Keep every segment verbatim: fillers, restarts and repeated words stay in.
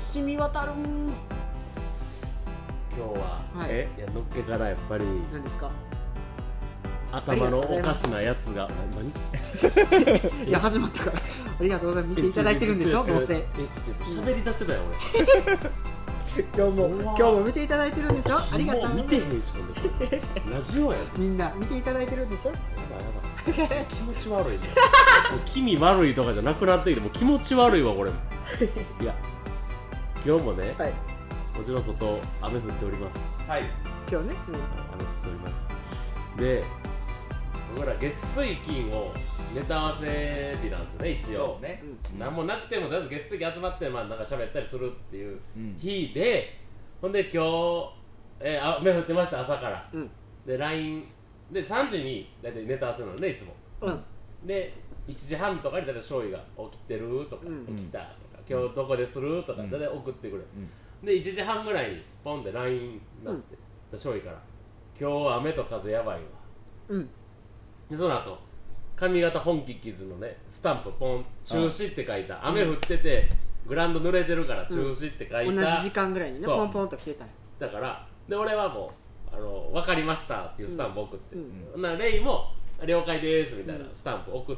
染み渡るん。 今日は、 はい、 えいやのっけからやっぱり何ですか。 頭のおかしなやつが何いや始まったからありがとうございます。見ていただいてるんでしょ。どうせ喋り出してたよ俺今日も今日も見ていただいてるんでしょ。ありがとう。 もう見てへんしこれラジオやみんな見ていただいてるんでしょ。 気持ち悪いね気味悪いとかじゃなくなってきてもう気持ち悪いわこれもいや今日もね、はい、もちろん外雨降っております。 はい今日ね、うん、 雨降っております。で僕ら月水金をネタ合わせ日なんですね一応。そうね、うん、何もなくてもとりあえず月水金集まってまあなんか喋ったりするっていう日で、うん、ほんで今日、えー、雨降ってました朝から、うん、で ライン でさんじに大体ネタ合わせなのねいつも、うん、でいちじはんとかに大体醤油が起きてるとか、うん、起きたとか今日どこでするとか大体送ってくれ、うん、でいちじはんぐらいにポンって ライン になって、うん、醤油から今日雨と風やばいわ、うん、でその後上方本気キッズのねスタンプポン中止って書いた、雨降っててグラウンド濡れてるから中止って書いた、うん、 同じ時間ぐらいにねポンポンと来てたんだからで俺はもうあの分かりましたっていうスタンプ送って、うん、なレイも了解ですみたいなスタンプ送って、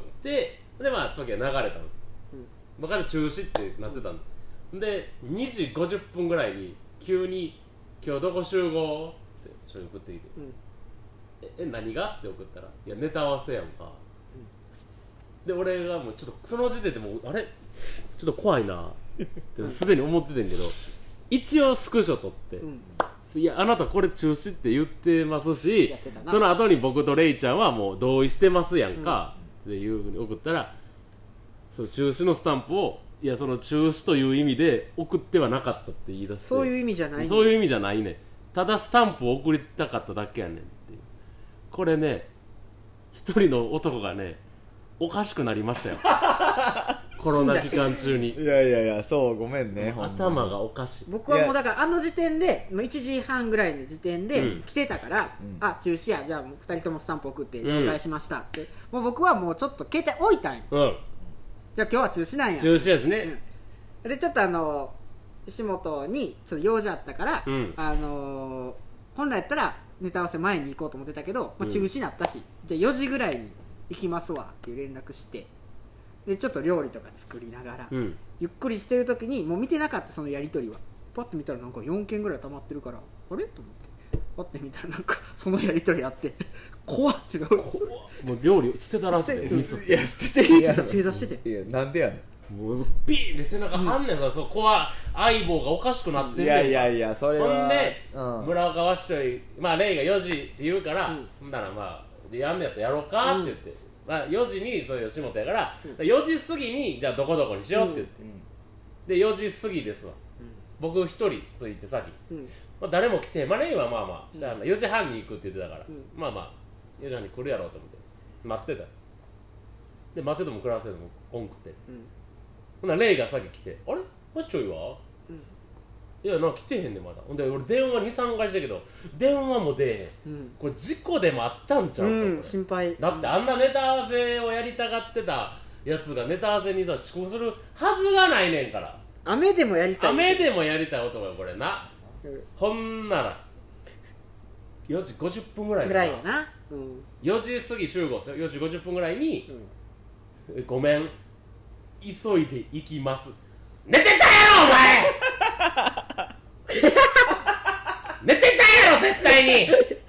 うん、でまあ時は流れたんです、うん、僕は中止ってなってたんで、うん、でにじごじゅっぷんぐらいに急に今日どこ集合ってそれ送ってきて、うん、ええ何がって送ったらいやネタ合わせやんか、うん、で俺がもうちょっとその時点でもうあれちょっと怖いなってすでに思っててんけど一応スクショ撮って、うんいやあなたこれ中止って言ってますしその後に僕とレイちゃんはもう同意してますやんか、うん、っていうふうに送ったらその中止のスタンプをいやその中止という意味で送ってはなかったって言い出してそういう意味じゃないねそういう意味じゃないねただスタンプを送りたかっただけやねんっていうこれね一人の男がねおかしくなりましたよコロナ期間中にいやいやいやそうごめんね頭がおかしい。 僕はもうだからあの時点でいちじはんぐらいの時点で来てたから、うん、あ中止やじゃあもうふたりともスタンプ送って了解しましたって、うん、もう僕はもうちょっと携帯置いたんや、うん、じゃあ今日は中止なんや中止やしね、 うん、でちょっとあの石本にちょっと用事あったから、うん、あのー、本来やったらネタ合わせ前に行こうと思ってたけど、まあ、中止になったし、うん、じゃあよじぐらいに行きますわっていう連絡してでちょっと料理とか作りながら、うん、ゆっくりしてる時にもう見てなかったそのやり取りはパッと見たらなんかよんけんぐらい溜まってるからあれと思ってパッて見たらなんかそのやり取りあって怖っって怖っもう料理捨てたらしいいや捨てていいや正座してていやなんでやねんもうピーンって背中はんねんさ、うん、そう怖い相棒がおかしくなってんねんいやいやいやそれはほんで、うん、村岡わっしょいまあレイがよじって言うから、うん、ほんならまあやんねやったらやろうかって言って、うんまあ、よじにそういう吉本やから、うん、よじ過ぎにじゃあどこどこにしようって言って、うん、でよじ過ぎですわ、うん、僕一人ついて先、うんまあ、誰も来て、まあ、レイはまあまあ、うん、よじはんに行くって言ってたから、うん、まあまあよじはんに来るやろうと思って待ってたで待ってても暮らせてもこんくて、うん、ほんならレイが先来てあれマッチョイは、うん、いやなんか来てへんねんまだほんで俺電話にさんかいしたけど電話も出えへん、うん、これ事故でもあったんちゃうか、 うん、心配だってあんなネタ合わせをやりたがってたやつがネタ合わせに遅刻するはずがないねんから雨でもやりたい雨でもやりたい男よこれな、うん、ほんならよじごじゅっぷんぐらいぐらいやな、うん、 よじ過ぎ集合ですよよじごじゅっぷんぐらいに、うん、ごめん急いで行きます寝てたやろお前寝てたやろ絶対に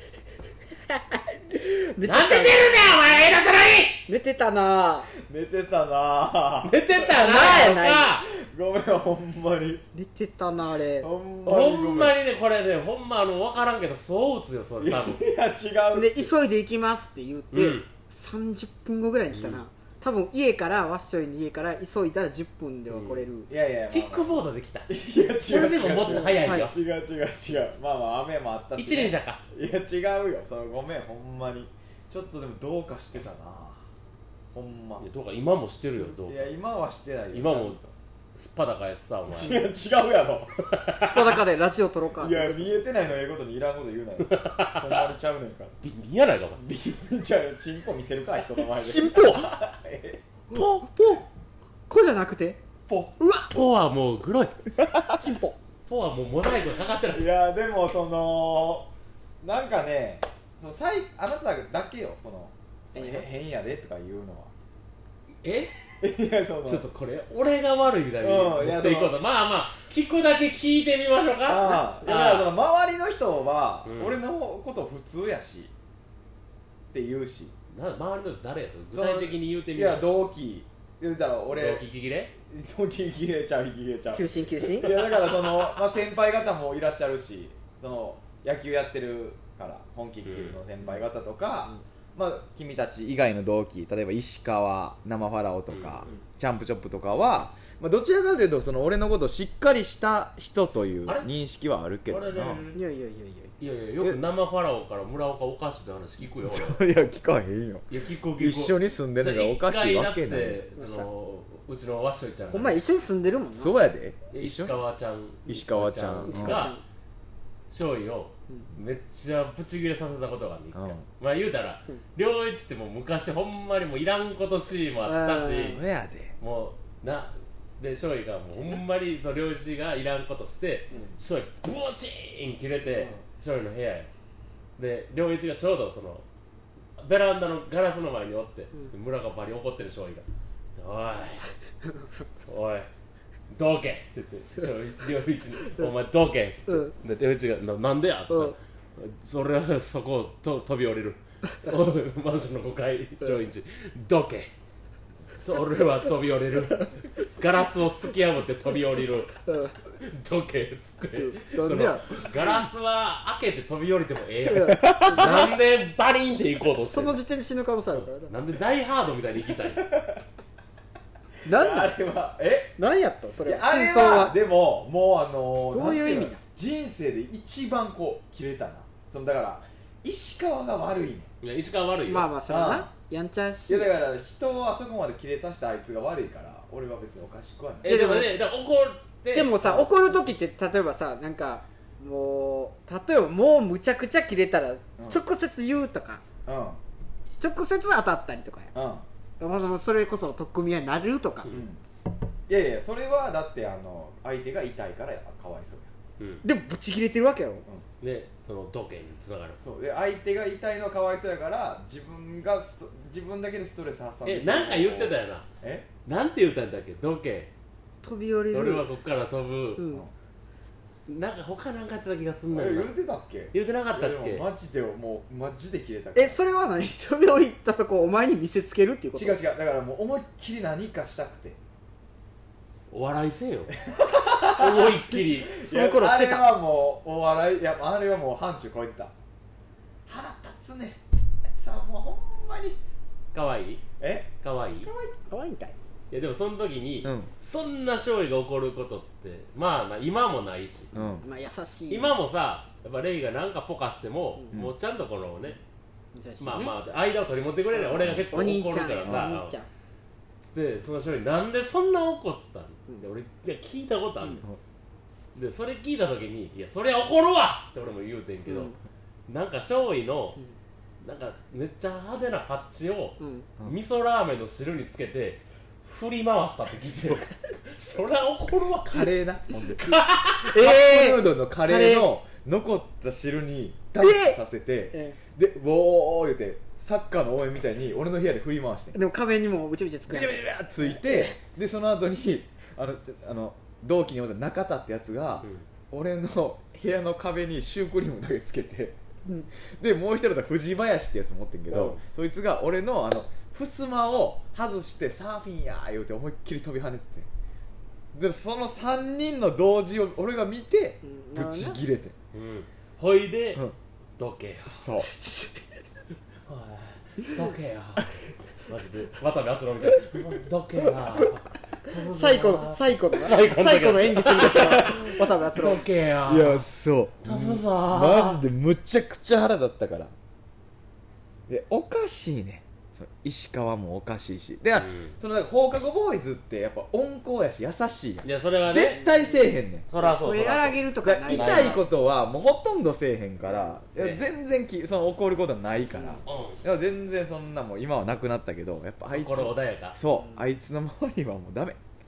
なんで寝るねんお前偉そうに寝てたな寝てたな寝てたなやなごめんほんまに寝てたなあれほんまにほんまにねこれねほんまあの分からんけどそう打つよそれ多分いや違うで急いで行きますって言って、うん、さんじゅっぷんごぐらいに来たな、うん多分家からワッショイの家から急いだらじゅっぷんでは来れる、うん、 いやいや、まあまあ、 キックボードで来たいや違うそれでももっと早いよ、はい、 違う違う違うまあまあ雨もあったし、ね、 一輪車かいや違うよそのごめんほんまにちょっとでもどうかしてたなほんまいやどうか今もしてるよどうかいや今はしてないよ今もすっぱだかやしさお前違う違うやろすっぱだかでラジオ撮ろうかいや見えてないのええことにいらんこと言うなよほんまにちゃうねんから見やないかお前じゃあチンポ見せるか人の前でチンポポポこじゃなくてポうわポはもうグロいチンポポはもうモザイクがかかってる。 いやでもそのなんかねそのさいあなただけよそのそのへ変やでとか言うのはえいやそのちょっとこれ俺が悪いみたいにうん持っていこうと、まあまあ聞くだけ聞いてみましょうか。 ああいやだからその周りの人は、 うん俺のこと普通やしって言うしな周りの誰やそれ具体的に言うてみいや同期言うたら俺同期聞きれ同期切れちゃう切れちゃう急進急進いやだからその、まあ、先輩方もいらっしゃるしその野球やってるから本気キッズの先輩方とか、うんまあ、君たち以外の同期例えば石川生ファラオとか、うんうん、チャンプチョップとかは、まあ、どちらかというとその俺のことをしっかりした人という認識はあるけどな。いやいやいやいやいやいやよく生ファラオから村岡おかしいって話聞くよ俺いや聞かへんよ。 いや聞く聞く一緒に住んでるのがおかしいわけない。 そのうちのわっしょいちゃんほんま一緒に住んでるもんな。 そうやで石川ちゃん石川ちゃんが勝利をめっちゃブチギレさせたことがある、うん、まあ言うたら良一ってもう昔ほんまにもういらんことシーンもあったしそうやでもうなで勝利がもうほんまに良一がいらんことして勝利ブチーン切れて勝利の部屋へで良一がちょうどそのベランダのガラスの前におって、うん、村がバリ怒ってる勝利がおいおいどけって言って良一にお前どけっつって、うん、で良一が な, なんでやって、うん、それはそこをと飛び降りるマンションのごかい勝一どけ俺は飛び降りるガラスを突き破って飛び降りるどけっつって、うん、そのガラスは開けて飛び降りてもええやんなんでバリンって行こうとしてるその時点で死ぬ可能性あるからな。 なんでダイハードみたいに行きたいなんだあれはえ何やったそれあれはでももうあのどういう意味だ人生で一番こう切れたなそのだから石川が悪いねいや石川悪いよまあまあそれはなやんちゃしいやだから人をあそこまで切れさせたあいつが悪いから俺は別におかしくはないえでもねだから怒ってでもさ怒る時って例えばさなんかもう例えばもうむちゃくちゃ切れたら直接言うとか、うん、直接当たったりとかや、うんそれこそ取っ組み合いになるとか、うん、 いやいやそれはだってあの相手が痛いからかわいそうや、うん、でもブチ切れてるわけやろ、 うん、でその道家につながるそうで相手が痛いのはかわいそうやから自分が自分だけでストレス発散できるえなんか言ってたよなえなんて言ったんだっけ道家飛び降りる俺はこっから飛ぶ、うんなんか他なんかやってた気がすんだよな言うてたっけ言うてなかったっけマジでもうマジで切れたえそれは何飛び降りたとこお前に見せつけるっていうこと違う違うだからもう思いっきり何かしたくてお笑いせよ思いっきりその頃してたあれはもうお笑いいやあれはもう範疇超えてた腹立つねさあもうほんまにかわいいえかわいいかわいいかわいいんかいいやでもその時に、うん、そんな勝利が起こることってまあな今もないし、 うん、まあ優しい今もさやっぱレイがなんかポカしても、うん、もうちゃんとこのね、うん、まあまあ間を取り持ってくれる、うん、俺が結構怒るからさつってその勝利なんでそんな怒ったんって俺いや聞いたことある、うん、でそれ聞いた時にいやそれは怒るわって俺も言うてんけど、うん、なんか勝利の、うん、なんかめっちゃ派手なパッチを、うん、味噌ラーメンの汁につけて振り回したって聞いてるそりゃ怒るわカレーなほんでカップヌードルのカレーの残った汁にダンスさせて、えー、でウォー言ってサッカーの応援みたいに俺の部屋で振り回してでも壁にもブチブチつくブチブチついてでその後にあのあの同期におった中田ってやつが、うん、俺の部屋の壁にシュークリームだけつけて、うん、でもう一人だ藤林ってやつ持ってんけど、うん、そいつが俺のあの襖を外してサーフィンやー言うて思いっきり飛び跳ねてでそのさんにんの同時を俺が見てブチギレて、 うん、ほいで、うん、どけよそうどけよマジで渡部篤郎みたいなどけよ最高の最高の最高の演技する時は渡部篤郎どけよいやそう飛ぶぞマジでむちゃくちゃ腹立ったからでおかしいね石川もおかしいしで、うん、その放課後ボーイズってやっぱ温厚やし優しいやんいやそれは、ね、 絶対せえへんねんそらそうやらげるとかない痛いことはもうほとんどせえへんからいや全然きその怒ることはないから、うん、いや全然そんなもう今はなくなったけどやっぱあいつ心穏やかそう、うん、あいつの周りはもうダメ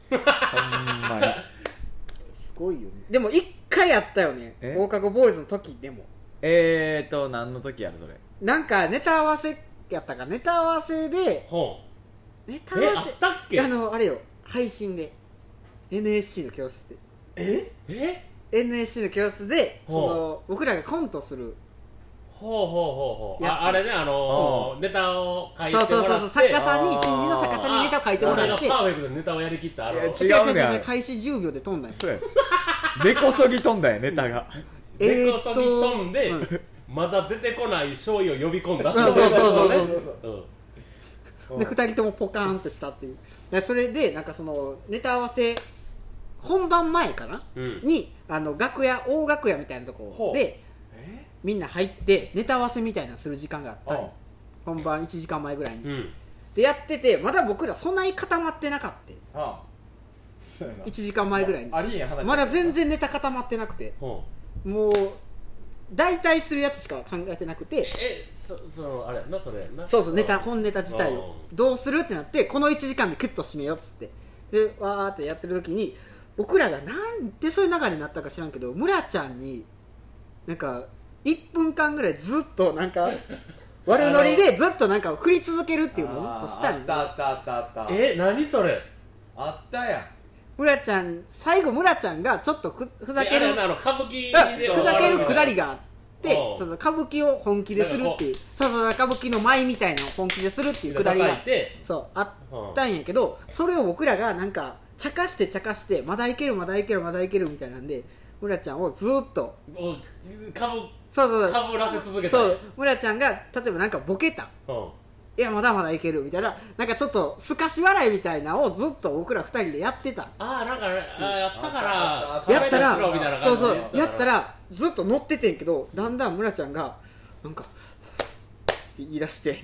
ほんまにすごいよね。でも一回やったよね、放課後ボーイズの時。でもえーと何の時やるそれ。 なんかネタ合わせやったか、ネタ合わせで、 ほうネタ合わせえあったっけ。 あのあれよ、配信で エヌエスシー の教室でええエヌエスシー の教室でそほうの僕らがコントする。 ほうほうほうほう。 やつああれね、あのー、ネタを書いてもらって、 そうそうそうそう、作家さんに、新人の作家さんにネタを書いてもらって、 俺がパーフェクトにネタをやりきったあのいや違う違う違う違う、開始じゅうびょうで飛んだんよ。 そうや根こそぎ飛んだよネタが。 根こそぎ飛んで、 うん、 まだ出てこない醤油を呼び込んだ。 そうそうそうそうそうそう。 でふたりともポカーンってしたっていう。でそれでなんかそのネタ合わせ本番前かな、 うん、 にあの楽屋大楽屋みたいなとこでみんな入ってネタ合わせみたいなのする時間があったの。本番いちじかんまえぐらいに、うん、でやってて、まだ僕らそんなに固まってなかった。ああそうやないちじかんまえぐらいに、まあ、ありえん話まだ全然ネタ固まってなくて、もう代替するやつしか考えてなくて、 えそそのあれやな、それやな、 そうそう、ネタ本ネタ自体をどうするってなって、このいちじかんでクッと締めようっつって、でわーってやってる時に僕らがなんでそういう流れになったか知らんけど、村ちゃんになんかいっぷんかんぐらいずっとなんか悪ノリでずっとなんか振り続けるっていうのをずっとしたんあったあったあったあった。 え何それあったやん。 村ちゃん最後村ちゃんがちょっと ふ, ふざけるあの歌舞伎でふざけるくだりがあって、そうそう歌舞伎を本気でするっていう、そうそう歌舞伎の舞みたいなのを本気でするっていうくだりがそうあったんやけど、それを僕らがなんか茶化して茶化してまだいけるまだいけるまだいけるみたいなんで、村ちゃんをずっとかぶそうそうかぶらせ続けた。 そう村ちゃんが例えばなんかボケた、うん、いやまだまだいけるみたいな、なんかちょっとすかし笑いみたいなのをずっと僕らふたりでやってた。 ああなんか、ね、うん、あやったからやったらそうそうやったらずっと乗っててんけど、だんだん村ちゃんがなんか言い出して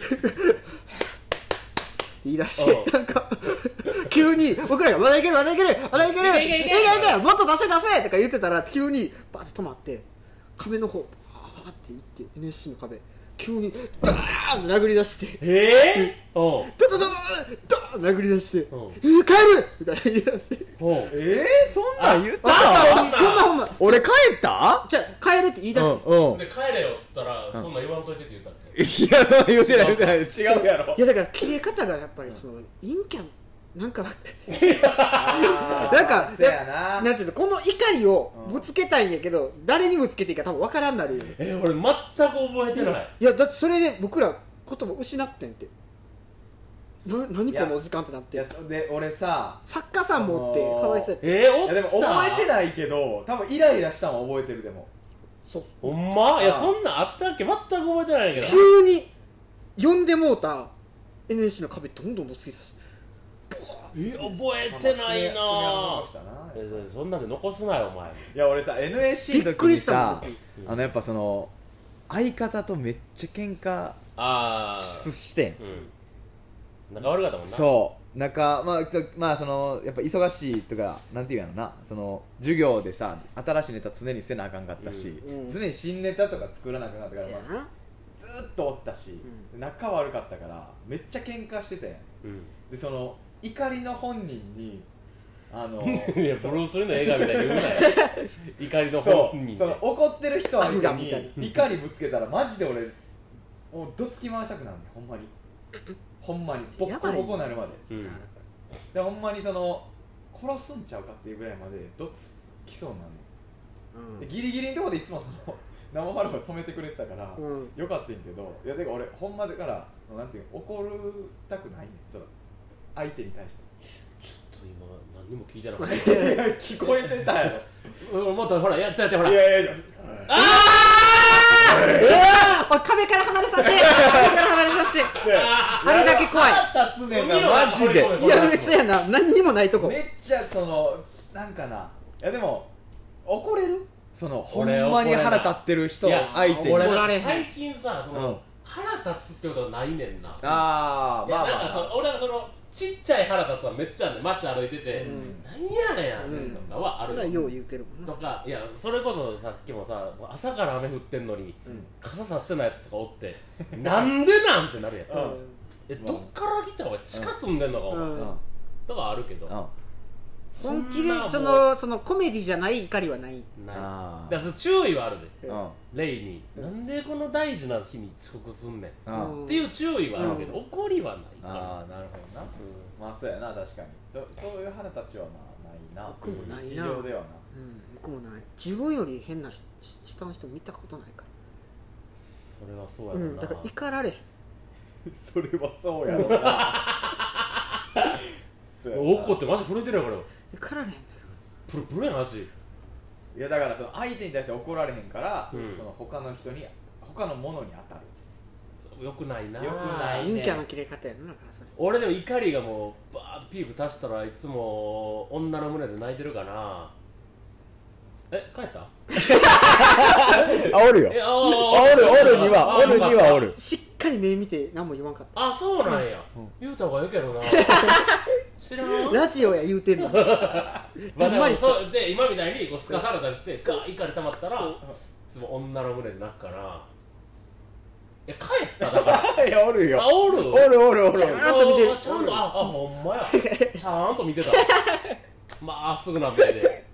言い出してなんか急に僕らがまだいけるまだいけるまだいけるいけいけいけもっと出せ出せとか言ってたら、急にバーって止まって壁の方バーって行って エヌエスシー の壁急にダーン殴り出して、 えー、おうドドドドドドーン殴り出して、えー、帰るみたいな言い出して、 えー、そんなん言ったかほんまほんま俺帰ったじゃあ帰るって言い出して、 うんうん、で帰れよっつったら、うん、そんなん言わんといてって言ったっけ。 いやそんな言うてない言うてない違うやろ。 いやだから切れ方がやっぱりその陰キャンなんかなんかななんていうの、この怒りをぶつけたいんやけど、うん、誰にぶつけていいか多分分からんなるよ。 えー、俺全く覚えてない。 いやだってそれで僕ら言葉失ってんって、な何この時間ってなって。 いやで俺さ作家さんもおってかわいそうやって。 えー、おったいやでも覚えてないけど多分イライラしたのは覚えてる。でもそほんまいやそんなんあったっけ、全く覚えてないんやけど、 急に呼んでもうた エヌエスシー の壁どんどんどつき出して、 え覚えてないなぁ。そんなんで残すなよお前。 いや俺さ エヌエスシー の時にさ、あのやっぱその相方とめっちゃ喧嘩してん、 うん、仲悪かったもんな。 そう仲まあ、まあ、そのやっぱ忙しいとかなんていうやろな、その授業でさ新しいネタ常にせなあかんかったし、うん、常に新ネタとか作らなあかんかったから、まあ、ずっとおったし、うん、仲悪かったからめっちゃ喧嘩してて、うん、でその怒りの本人にあのいやブルース・リーの映画みたいに言うなよ怒りの本人その怒ってる人相手に怒りぶつけたらマジで俺もうどつき回したくなるねほんまにほんまにボッコボコなるまで、うん、でほんまにその殺すんちゃうかっていうぐらいまでどつきそうなんね、うん、でギリギリのところでいつもその生ハローが止めてくれてたから、うん、よかったんやけど、いやでも俺ほんまだからなんていう怒るたくないねその相手に対して。 ちょっと今何にも聞いてなかった聞こえてたやろもっとほらやってやってほら。 いやいやいやああ壁から離れさせて壁から離れさせてあれだけ怖い。 腹立つねんなマジで。 いや別やな何にもないとこめっちゃそのなんかないやでも怒れるそのほんまに腹立ってる人相手に。 俺最近さその、うん、腹立つってことはないねんな。 ああまあまあ、 なんかその俺はそのちっちゃい腹立つはめっちゃあるねん。街歩いてて、うん、何やねん、うん、とかはあるよう言うてるもんなとか。いやそれこそさっきもさ朝から雨降ってんのに、うん、傘さしてないやつとかおってなんでなんってなるやん、うん、えどっから来たお前地下住んでんのかお前、うん、とかあるけど、 本気でそのそのコメディじゃない怒りはない。 ない。 あだから注意はあるで、 うんレイに、なんでこの大事な日に遅刻すんねん、 うん、 っていう注意はあるけど、怒りはない。 ああなるほどな、まあそうやな、確かに そ, そういう花たちはまあないな、 僕もないな、 日常ではな、 うん、僕もない。自分より変な下の人見たことないから。 それはそうやろな、 うん、だから怒られへんそれはそうやろな怒ってマジ震えてるよこれ。 怒られへん。 プルプルやな足。 いやだからその相手に対して怒られへんから、うん、その他の人に他のものに当たる。 よくないな。 よくないね。 陰キャの切れ方やな。だからそれ。 俺でも怒りがもうバーッとピーク足したらいつも女の胸で泣いてるかな。え、帰ったあ、おるよ。え、あおる、おるには、おるにはおる。 しっかり目見て何も言わんかった。 あ、そうなんや、うん、言うた方がいいけどな知らん。 ラジオや言うてんのまあでもそうで、今みたいにこうすかされたりしてガーッ怒り溜まったらいつも女の胸で泣くから。いや、帰っただからいや、おるよ。あ、おるおるおるおる。ちゃんと見てる。ちゃんと、あ、あ、ほんまやちゃんと見てたまっすぐな目で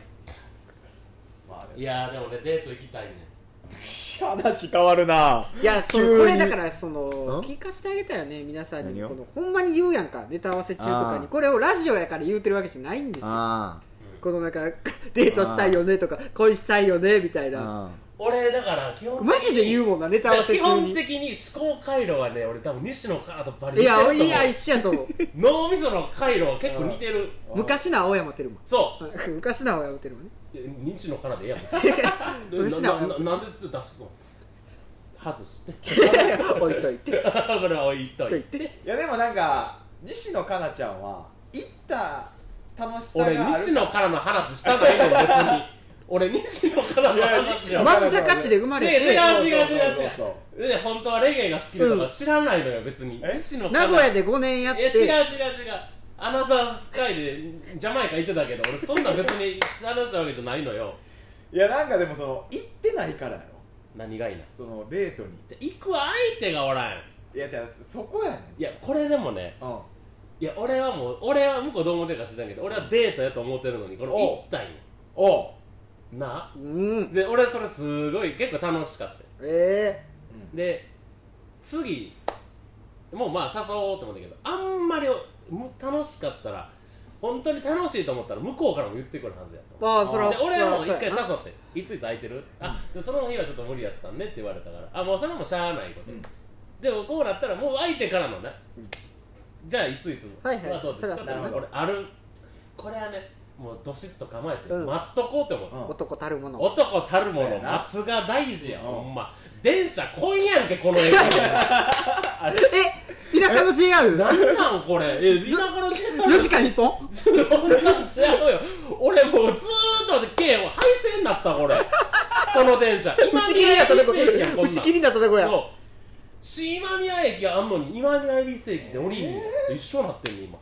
いやーでもね、デート行きたいね。 話変わるな。 いや、これだからその聞かせてあげたよね、皆さんに。このほんまに言うやんか、ネタ合わせ中とかに。これをラジオやから言うてるわけじゃないんですよ。このなんかデートしたいよねとか恋したいよねみたいな。 俺だから基本的にマジで言うもんな、ネタ合わせ中に。 基本的に思考回路はね、俺多分西野カナとバリ似てると思う。いや、 いいや、一緒やと思う脳みその回路は結構似てる。 昔の青山テルマ。 そう昔の青山テルマね。 西野カナでええやんな, な, な, なんで出すの外して置いといてそれは置いといて。 いやでもなんか西野カナちゃんは行った楽しさがある。 俺西野カナの話したないねん別に俺西野カナの話は松阪市で生まれて。 違う違う違う違う。で本当はレゲエが好きだとか知らないのよ別に。 西野名古屋でごねんやって。 違う違う違う。アナザースカイでジャマイカ行ってたけど俺そんな別に話したわけじゃないのよ。 いやなんかでもその行ってないからやろ。 何がいいなそのデートに。 じゃ行く相手がおらん。 いやじゃあそこやねん。 いやこれでもね、うん、いや俺はもう俺は向こうどう思ってるか知らんけど俺はデートやと思ってるのにこれ行ったんよ。おうな、うん、で俺それすごい結構楽しかった。ええー、で次もうまあ誘おうと思ったけどあんまり楽しかったら本当に楽しいと思ったら向こうからも言ってくるはずやと。ああそれはで俺はもう一回誘っていついつ空いてる、うん、あでその日はちょっと無理やったんねって言われたからあもうそれもしゃあないこと、うん、でもこうなったらもう相手からのね、うん、じゃあいついつはいはいどうですかって俺あるこれはねもうどしっと構えて、うん、待っとこうって思う、うん、 男たるもの男たるもの待つが大事や、うん、ほんま電車来んやんけこの駅あれえ田舎の ジェイアール何なんこれえ田舎の ジェイアールよじかんいっぽんそんなん違うよ俺もうずーっとけ廃線になったこれこの電車打ち切りになったとこ打ち切りになったとこや新今宮駅あんのに今宮恵比寿駅で降りに一緒になってんね今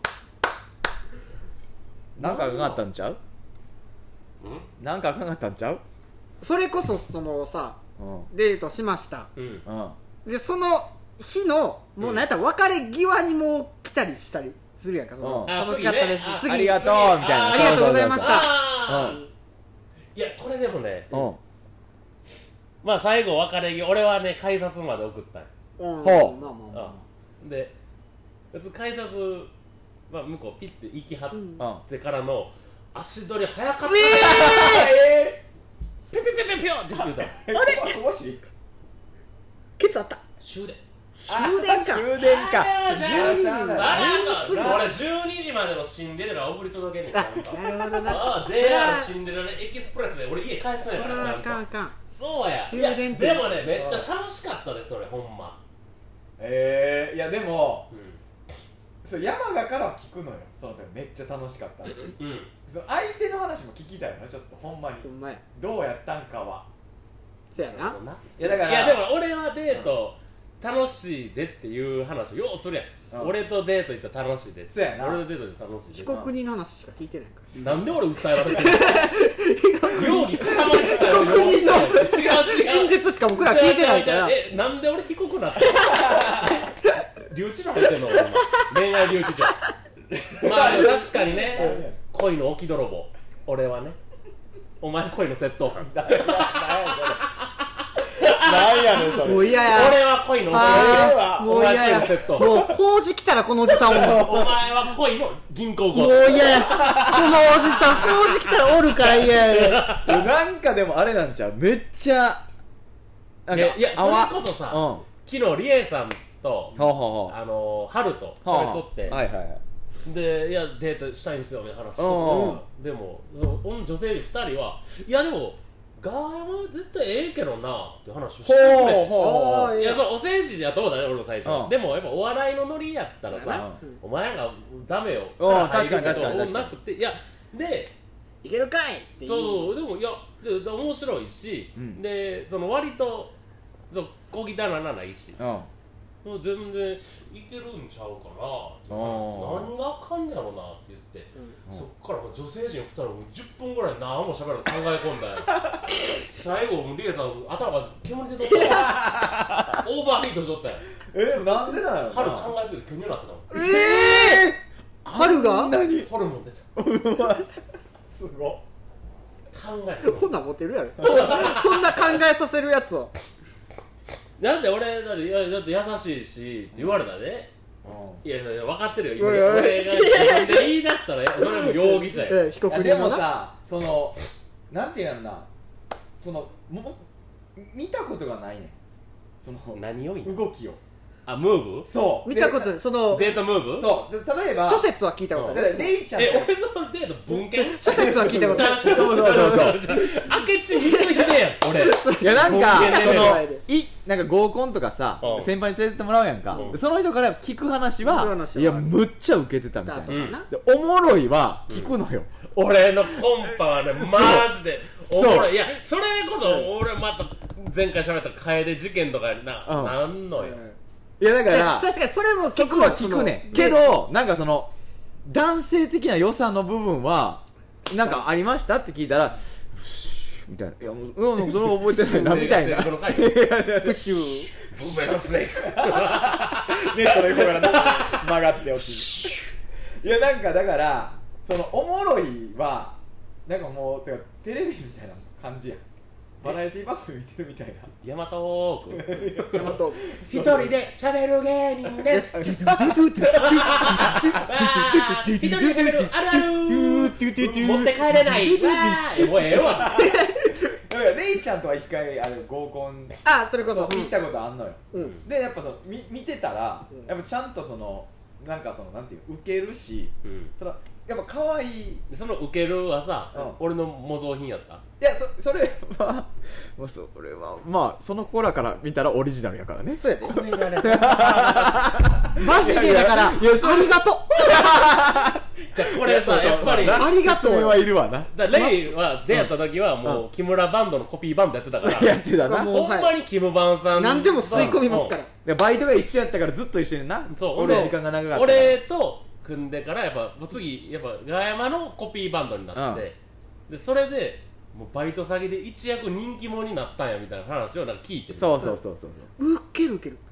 なんかかかったんちゃう？なんかかかったんちゃう？ それこそそのさ、うん、デートしました、うん、でその日のもうなんやったら別れ際にもう来たりしたりするやんかその、うん、楽しかったです、ね、次ありがとうみたいなありがとうございました。 うん、いやこれでもね、うん、まあ最後別れ際俺はね改札まで送ったんよ、うん、ほうまあまあまあで別に改札まあ、向こうピッて行きはってからの足取り早かったねえー、ピピピピピョって言うたあれもしケツあった終電終電か終電かじゅうにじ俺じゅうにじまでのシンデレラ送り届けんねんなるほどなああ ジェイアール シンデレラエキスプレスで俺家帰すんやからちゃんとかんかんそうやいやでもねめっちゃ楽しかったでそれほんまえー、いやでも、うんそう山賀からは聞くのよその時めっちゃ楽しかった、うん、その相手の話も聞きたいのちょっとほんまにほんまやどうやったんかはそうやな。 いやだからいやでも俺はデート楽しいでっていう話をようするやん、うん、俺とデート行ったら楽しいでそうやな俺とデートで楽しいで被告人の話しか聞いてないからなんで俺訴えられてるの容疑固まりしたよ被告人の違う違う演説しか僕ら聞いてないからえなんで俺被告なった留置所入ってんの恋愛留置所まあ確かにねこ恋の置き泥棒俺はねお前恋の窃盗犯なんやねんそれもう嫌や俺は恋の置き泥棒もう嫌やもう法事来たらこのおじさんおるお前は恋の銀行強盗もう嫌やこのおじさん法事来たらおるから嫌やなんかでもあれなんちゃうめっちゃなんかいやそれこそさ、 うん、 昨日リエさんとほうほうほうあのハルとそれとって、 はいはいはいでいやデートしたいんですよね話してうんでもその女性ふたりはいやでもガーヤは絶対ええけどなって話をしてくれてほうほうほういやそのお戦士やと思ったね俺も最初、 うんでもやっぱお笑いのノリやったらさ、 うんお前がダメようん入るけど確かに確かに確かになくていやでいけるかいってそうでもいやで面白いし、 うん、 でその割とそう小汚なないし、 うんもう全然いけるんちゃうかなって話何があかんねやろなって言って、うん、そっからもう女性陣ふたりもじゅっぷんぐらい何もしゃべらない考え込んだよ最後もうリエさん頭が煙でとったオーバーヒートしとったよえでもなんでだよ春考えすぎて巨乳になってたもんええー、春が何ホルモン出たすごっ考えこんなん持ってるやろそんな考えさせるやつをだって俺だっていやだって優しいしって言われたね、うん、いやいや分かってるよ今いやいや俺が自分で言い出したらそれも容疑者や、 ええ、被告人でのなもさそのなんていうのなそのも見たことがないねんその何を言う動きをあムーブそう見たことないそのデートムーブそうで例えば諸説は聞いたことあるレイちゃんえ俺のデート文献諸説は聞いたことあるそうそうそうそう明智光秀やん俺いやなんかそのいいなんか合コンとかさ、うん、先輩に連れてってもらうやんか、うん、その人から聞く話は、話はいやむっちゃウケてたみたいな、うん、でおもろいは聞くのよ、 うん、俺のコンパはねマジでおもろいいやそれこそ俺また前回喋った楓事件とかにな、うん、なんのよ、 いやだから確かにそれもそこは聞くねんけどなんかその男性的な良さの部分はなんかありましたって聞いたらみたいな、いやもう、うん、それは覚えてないなみたいな。プッシュブーメランスネークネットの横から曲がって落ちる。いやなんかだからそのおもろいはなんかもうてかテレビみたいな感じやん。バラエティ番組見てるみたいな。 ヤマトークヤマトーク一人で喋る芸人です一人で喋るあるある持って帰れないもうええわレイちゃんとは一回あれ合コンあそれこそ行ったことあんのよ、 うん、 でやっぱそのみ見てたら、うん、やっぱちゃんとそのなんかそのなんていう受けるし、うん、そのやっぱ可愛いその受けるはさ、うん、俺の模造品やったいやそそれはもうそれはまあその子らから見たらオリジナルやからねそうやでこれがねマジでだからありがとうじゃあこれさやっぱりありがとうはいるわなだレイは出会った時はもう木村バンドのコピーバンドやってたからやってたなほんまにキムバンさん何でも吸い込みますからバイトが一緒やったからずっと一緒になそう俺時間が長かった俺と組んでからやっぱ次やっぱガヤマのコピーバンドになって、うん、でそれでもうバイト先で一躍人気者になったんやみたいな話をなんか聞いてそうそうそうそううっけるうける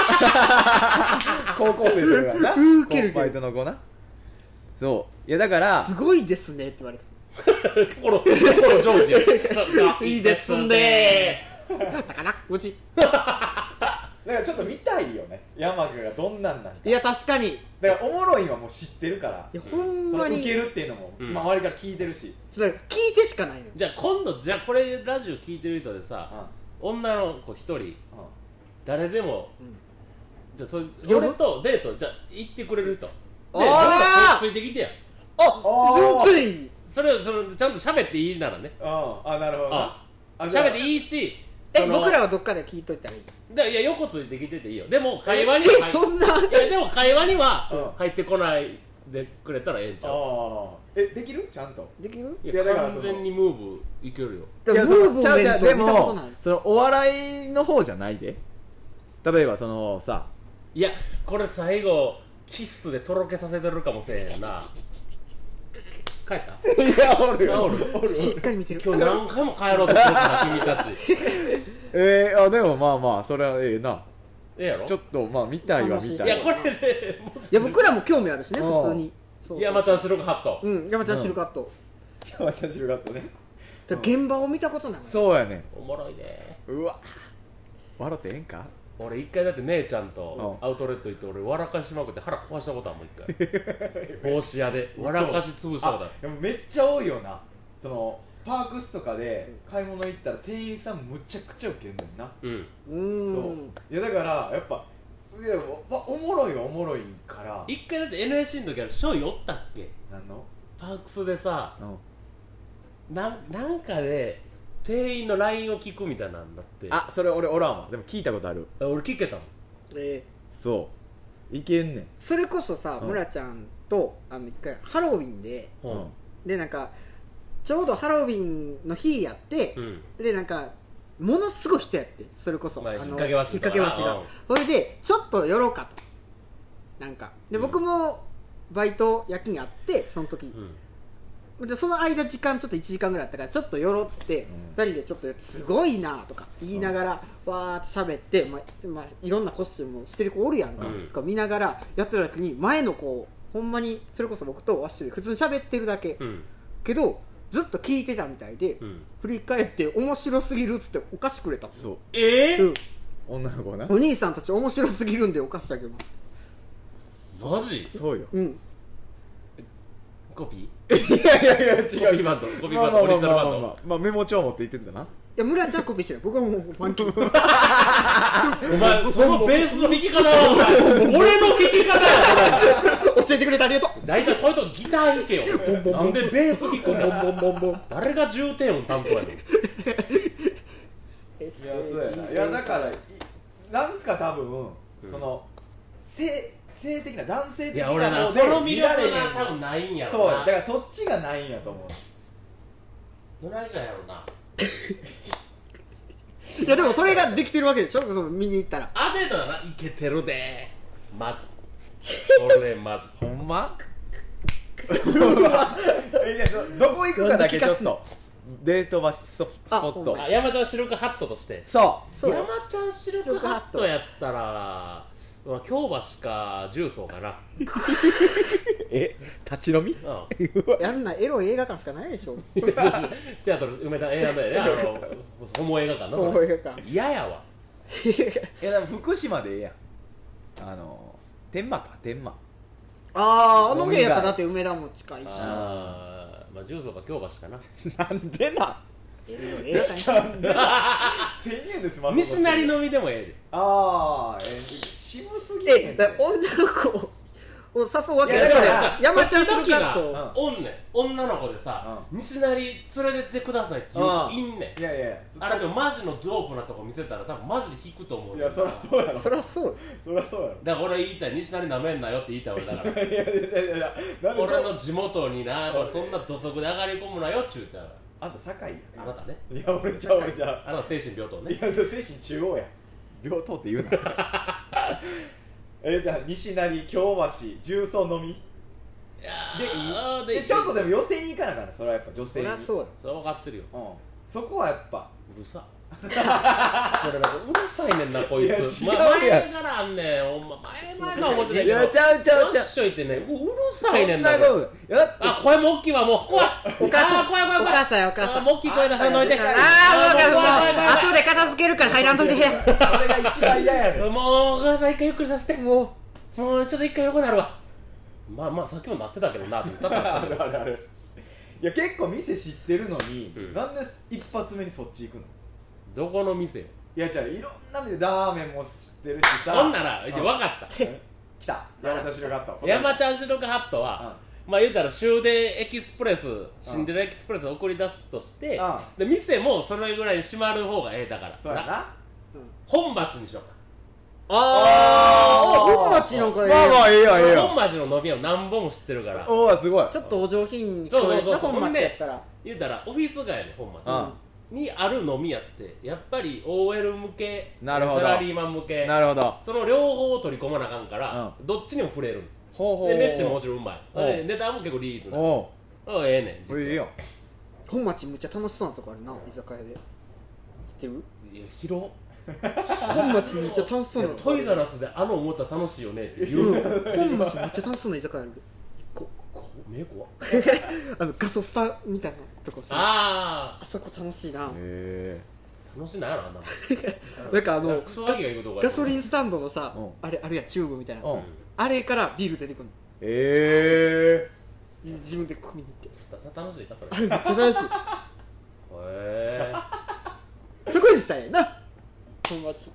高校生とかなうっけるバイトの子なそういやだからすごいですねって言われた心心ジョージやいいですねだからうちだからちょっと見たいよね山君がどんなんなんかいや確かにだからおもろいのはもう知ってるからいやほんまにその受けるっていうのも、うんまあ、周りから聞いてるしそれ聞いてしかないのじゃあ今度じゃあこれラジオ聞いてる人でさ、うん、女の子一人、うん、誰でも、うん、じゃあそれ俺とデートじゃあ行ってくれる人であついてきてやあ全然いいそれをそのちゃんと喋っていいならねああなるほどな喋っていいしえ僕らはどっかで聞いといたらいいでいや横ついてきてていいよでも会話にはえそんないやでも会話には入ってこないでくれたらええんちゃうあえできるちゃんとできるいや完全にムーブいけるよいやムーブメント見たことないそのお笑いの方じゃないで例えばそのさいやこれ最後キッスでとろけさせてるかもしれへんな帰ったいやおるよおるおるしっかり見てる今日何回も帰ろうとしてるから君たちえー、あでもまあまあそれはええなええやろちょっとまあ見たいは見たいいやこれで、ね、 いや僕らも興味あるしね普通にそう山ちゃんシルクハット。 うん山ちゃんシルクハット、 山ちゃんシルクハットね。 だから現場を見たことないもん。 そうやね。 おもろいね。 うわ笑ってええんか。 俺一回だって姉ちゃんとアウトレット行って俺笑かしまくって腹壊したことあるもん一回帽子屋で笑かし潰したことある。 でもめっちゃ多いよな。そのパークスとかで買い物行ったら店員さんむちゃくちゃウケんねんな。 うんうんそういやだからやっぱいやお, おもろいはおもろいから一回だって エヌエスシー の時あるショイおったっけ。 なんのパークスでさうんなんなんかで店員の ライン を聞くみたいなんだって。 あそれ俺おらんわ。でも聞いたことある。 俺聞けたもん。 でそういけんねん。 それこそさ、 うん村ちゃんとあの一回ハロウィンでうんでなんかちょうどハロウィンの日やって、 うん、 でなんかものすごい人やって、それこそ、 まあ、 あの引っ掛け橋引っ掛け橋がそれでちょっと寄ろうかとなんかで、 うん僕もバイト夜勤あってその時、 うん、 でその間時間ちょっといちじかんぐらいあったからちょっと寄ろうっつって、うん、ふたりでちょっとすごいなとか言いながら、うん、わーって喋って、まあまあ、いろんなコスチュームをしてる子おるやんか、うん、とか見ながらやってる時に前の子ほんまにそれこそ僕とワッシュで普通に喋ってるだけ、うん、けどずっと聞いてたみたいで、うん、振り返って面白すぎるっつってお菓子くれた。 そうえー、 うん、 女の子なお兄さんたち面白すぎるんでお菓子あげます。 マジ？ そうよ。 うんコピーいやいやいや違う。 コピーバンドコピーバンドオリジナルバンド。 まあまあまあまあ、まあ、メモ帳持って言ってんだな。 いや村ちゃんコピーしてる。僕はもうファンキーお前そのベースの弾き方は俺の弾き方や教えてくれてありがとう。 大体そういうとギター弾けよなんでベース弾くんやボンボンボンボン誰が重低音担当やねん。 いやそうやな。いやだからなんか多分、うん、その性性的な男性的なのでその魅力が多分ないんやろな。 そうだからそっちがないんやと思う。 どないじゃんやろな。 いやでもそれができてるわけでしょ、その見に行ったら。 あデートだな、いけてるでマジそれマジほんまいやどこ行くかだけちょっとデート場スポット。 あ山ちゃんシルクハットとしてそう山ちゃんシルクハットやったら京橋か重曹かなえ立ち飲み、 うん、 やんなエロい映画館しかないでしょテアトル梅田映画でね、あのホモ映画館な。 ホモ映画館嫌やわ。 いやでも福島でええやん。あの天満か天満。 あああの辺やったらだって梅田も近いし。 ああまあ重曹か京橋かな。 なんでなエロい映画館せんえんですま西成飲みでもええで。 ああえー渋すぎるえだ女の子を誘うわけだから山ちゃんシルクハットおんねん女の子でさ、うん、西成連れてってくださいって言ういんねん。 いやいやあれでもマジのドープなとこ見せたら多分マジで引くと思う。 いやそりゃそうやろ。 そりゃそうそりゃそうやろ。 だから俺言いたい西成なめんなよって言いたい俺だからいやいやいやいや俺の地元になそんな土足で上がり込むなよっちゅうて。 あんた堺や。 あなたね。 いや俺じゃ俺じゃあなた精神病棟ね。 いやそれ精神中央や。病棟って言うなえじゃあ西成京橋重曹飲みいやでいいでちょっとでも寄せに行かなあかんね。それはやっぱ女性に。 そりゃそうや。 それは分かってるよ、 うん、そこはやっぱうるさそれなんかうるさいねんなこいつ。 いや違うま、 やん前からあんねんほんま前々から思ってたけどいやちゃうちゃうちゃうよっしょいってねううるさいねんな。 そんなことあ声も大きいわもう怖い。 お母さん怖い怖い怖いお母さんお母さんもう大きい声出さんといて。 ああもう後で片付けるから入らんといて部屋。 それが一番嫌やねん。 もうお母さん一回ゆっくりさせて。もうもうちょっと一回横になるわ。まあまあさっきもなってたけどなって言ったからあるあるある。いや結構店知ってるのに、 うん、 なんで一発目にそっち行くの。 どこの店よ。 いやじゃあいろんな店ラーメンも知ってるしさ。 ほんなら分かった。 来た山ちゃん白カット。 山ちゃん白カットは、うん、まあ言うたら終電エキスプレスシンデレラエキスプレスを送り出すとして、うん、で店もそれぐらいに閉まる方がええだからそうやな、 うん、本町にしようか。 ああ本町なんかええまあまあええやええや本町の飲みを何本も知ってるから。 おおすごい。 ちょっとお上品に聞こえるしな本町やったら言うたらオフィス街の本町、 うんにある飲み屋ってやっぱり オーエル 向けなるほどサラリーマン向けなるほどその両方を取り込まなあかんから、うん、どっちにも触れる。 ほうほうで飯ももちろんうまい。で値段も結構リーズナブル。おおええねん実は。 いいよ。 本町むっちゃ楽しそうなとこあるな居酒屋で。知ってる？ いや広本町めっちゃ楽しそうなトイザラスであのおもちゃ楽しいよねって言う。 本町めっちゃ楽しそうな居酒屋ある。 こ目怖っあのガソスタみたいなとこさああそこ楽しいな。 へえ楽しいなんやろあんなもんなんかあのクソガキが行くとこやガソリンスタンドのさうんあれあるやんチューブみたいなうんあれからビール出てくるのえ自分で汲みに行ってた楽しいかそれあれめっちゃ楽しいへそこにしたいやんな友達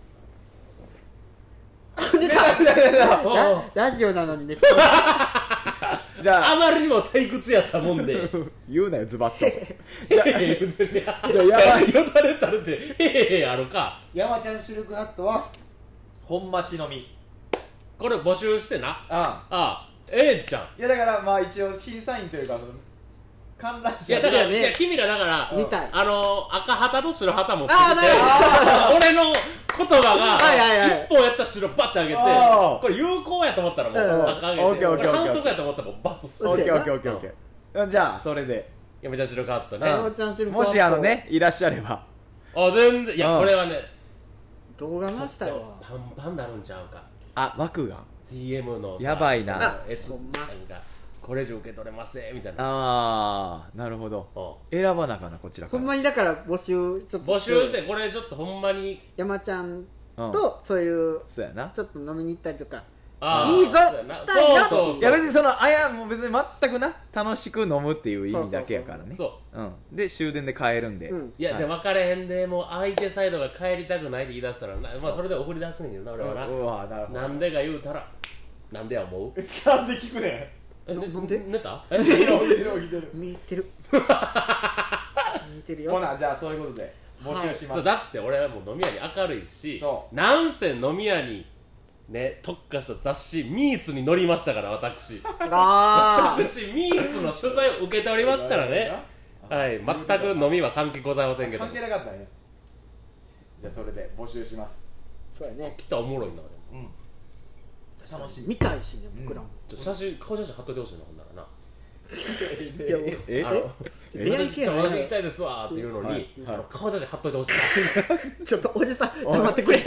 出たえララジオなのにねじゃああまりにも退屈やったもんで言うなよズバッとじゃあ言うてねじゃあやばいよだれたるってへへへあるか山ちゃんシルクハットは本町のみこれ募集してなあああええじゃんいやだからまあ一応審査員というか観覧い車やだから、 ねいや君らだから見たいあの赤旗と白旗持ってきてあーなるほ俺の言葉がはいはいはい一本やったら白バッてあげてあーこれ有効やと思ったらもううん赤あげてオッケーオッケーオッケー反則やと思ったらもうバッとしてオッケーオッケーそうオッケーオッケーじゃあそれでやめちゃ白カットねうん山ちゃんシルクハットもしあのねいらっしゃればあ全然いやうんこれはね動画ましたよパンパンなるんちゃうかあ枠がディーエム のさやばいなそのえつほんまなんかこれ以上受け取れませんみたいなああなるほどうん選ばなかなこちらからほんまにだから募集ちょっと募集してこれちょっとほんまに山ちゃんうんとそういうそうやなちょっと飲みに行ったりとかあーいいぞそうやなしたいなそうそうそういや別にそのあやもう別に全くな楽しく飲むっていう意味だけやからねそううんで終電で帰るんでうんいや、 はいで分かれへんでもう相手サイドが帰りたくないって言い出したらなまあそれで送り出すんやけどな俺はな、 うわなるほどなんでか言うたらなんでや思うなんで聞くねえななんで寝たえん起きてる起きてる見えてる見えてるよほなじゃあそういうことで募集しますそうだって俺はもう飲み屋に明るいしそなんせ飲み屋にね特化した雑誌ミーツに載りましたから私あ私ミーツの取材を受けておりますからねはい全く飲みは関係ございませんけど関係なかったねじゃあそれで募集しますあそうやね来たらおもろいなでもうん楽しみ見たいしね僕らもちょ写真顔写真貼っといてほしいなほんならないやええあのえ出会い系やな私行きたいですわーっていうのに、 はいあの顔写真貼っといてほしいちょっとおじさん黙ってくれち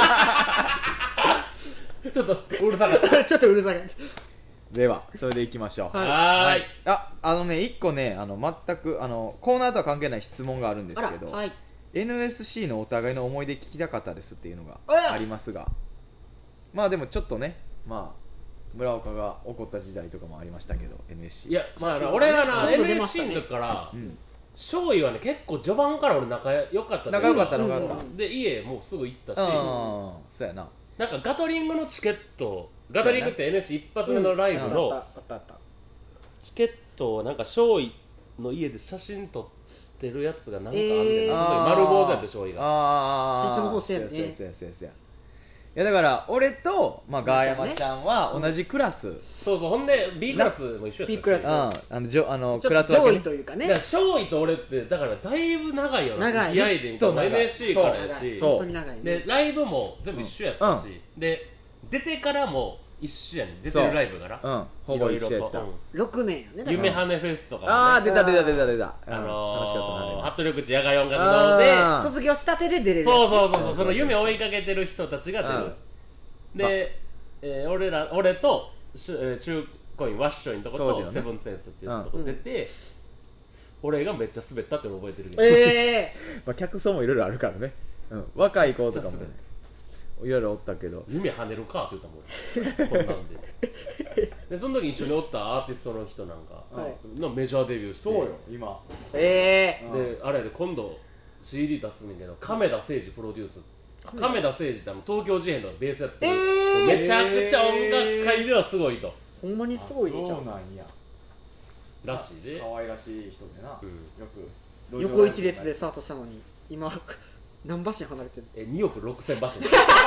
ょっとうるさかったちょっとうるさいではそれでいきましょうはいはーいああのね一個ねあの全くあのコーナーとは関係ない質問があるんですあけど、 らはいエヌエスシー のお互いの思い出聞きたかったですっていうのがあらありますがまあでもちょっとねまあ村岡が起こった時代とかもありましたけど エヌエスシーいやまあな俺はなちょっと出ましたねエヌエスシー の時からうん勝利はね結構序盤から俺仲良かった仲良かったうん仲良かったうんで家もうすぐ行ったしああそうやななんかガトリングのチケットガトリングって エヌエスシー 一発目のライブあのったあったあったチケットをなんか勝利の家で写真撮ってるやつがなんかあんねんな、 えーすごい丸坊主やって勝利がああ最初の方そうやねそうやそうやそうやそうやいやだから俺と、まあ、ガーヤマちゃんは同じクラス、うん、 そうそうほんで B クラスも一緒やったし B クラスあのじょあのちょクラス分けねっと上位というかねだから勝利と俺ってだからだいぶ長いよな長い付き合いでみたいな エヌエスシー からや長いしそう本当に長いねでライブも全部一緒やったし、で出てからも一緒やねん出てるライブがなうんほぼ一緒やったいろいろとうんろくねんやねだから夢羽フェスとかもねああ出た出た出た出た、うんあのー、 楽しかったなあ服部口野外音楽堂であー卒業したてで出れるそうそうそうそうその夢を追いかけてる人たちが出るで、えー俺ら俺とし、えー中高院ワッショイのとこと、 当時のねセブンセンスっていうとこ出て、俺がめっちゃ滑ったっていうのを覚えてるけど、 えまあ、客層もいろいろあるからね、うん、若い子とかもねいろいろおったけど夢跳ねるかって言ったもんこんなんででその時一緒におったアーティストの人なんか、 はいのメジャーデビューして今ー、えであれで今度 シーディー 出すねんけど亀田誠司プロデュース亀田誠司ってあの東京事変とかベースやってる、 えーめちゃくちゃ音楽界ではすごいと、 ー、ほんまにすごいねじゃんなんやらしいで、 可愛らしい人でな、 うんよく横一列でスタートしたのに今何馬身離れてるえにおくろくせんばし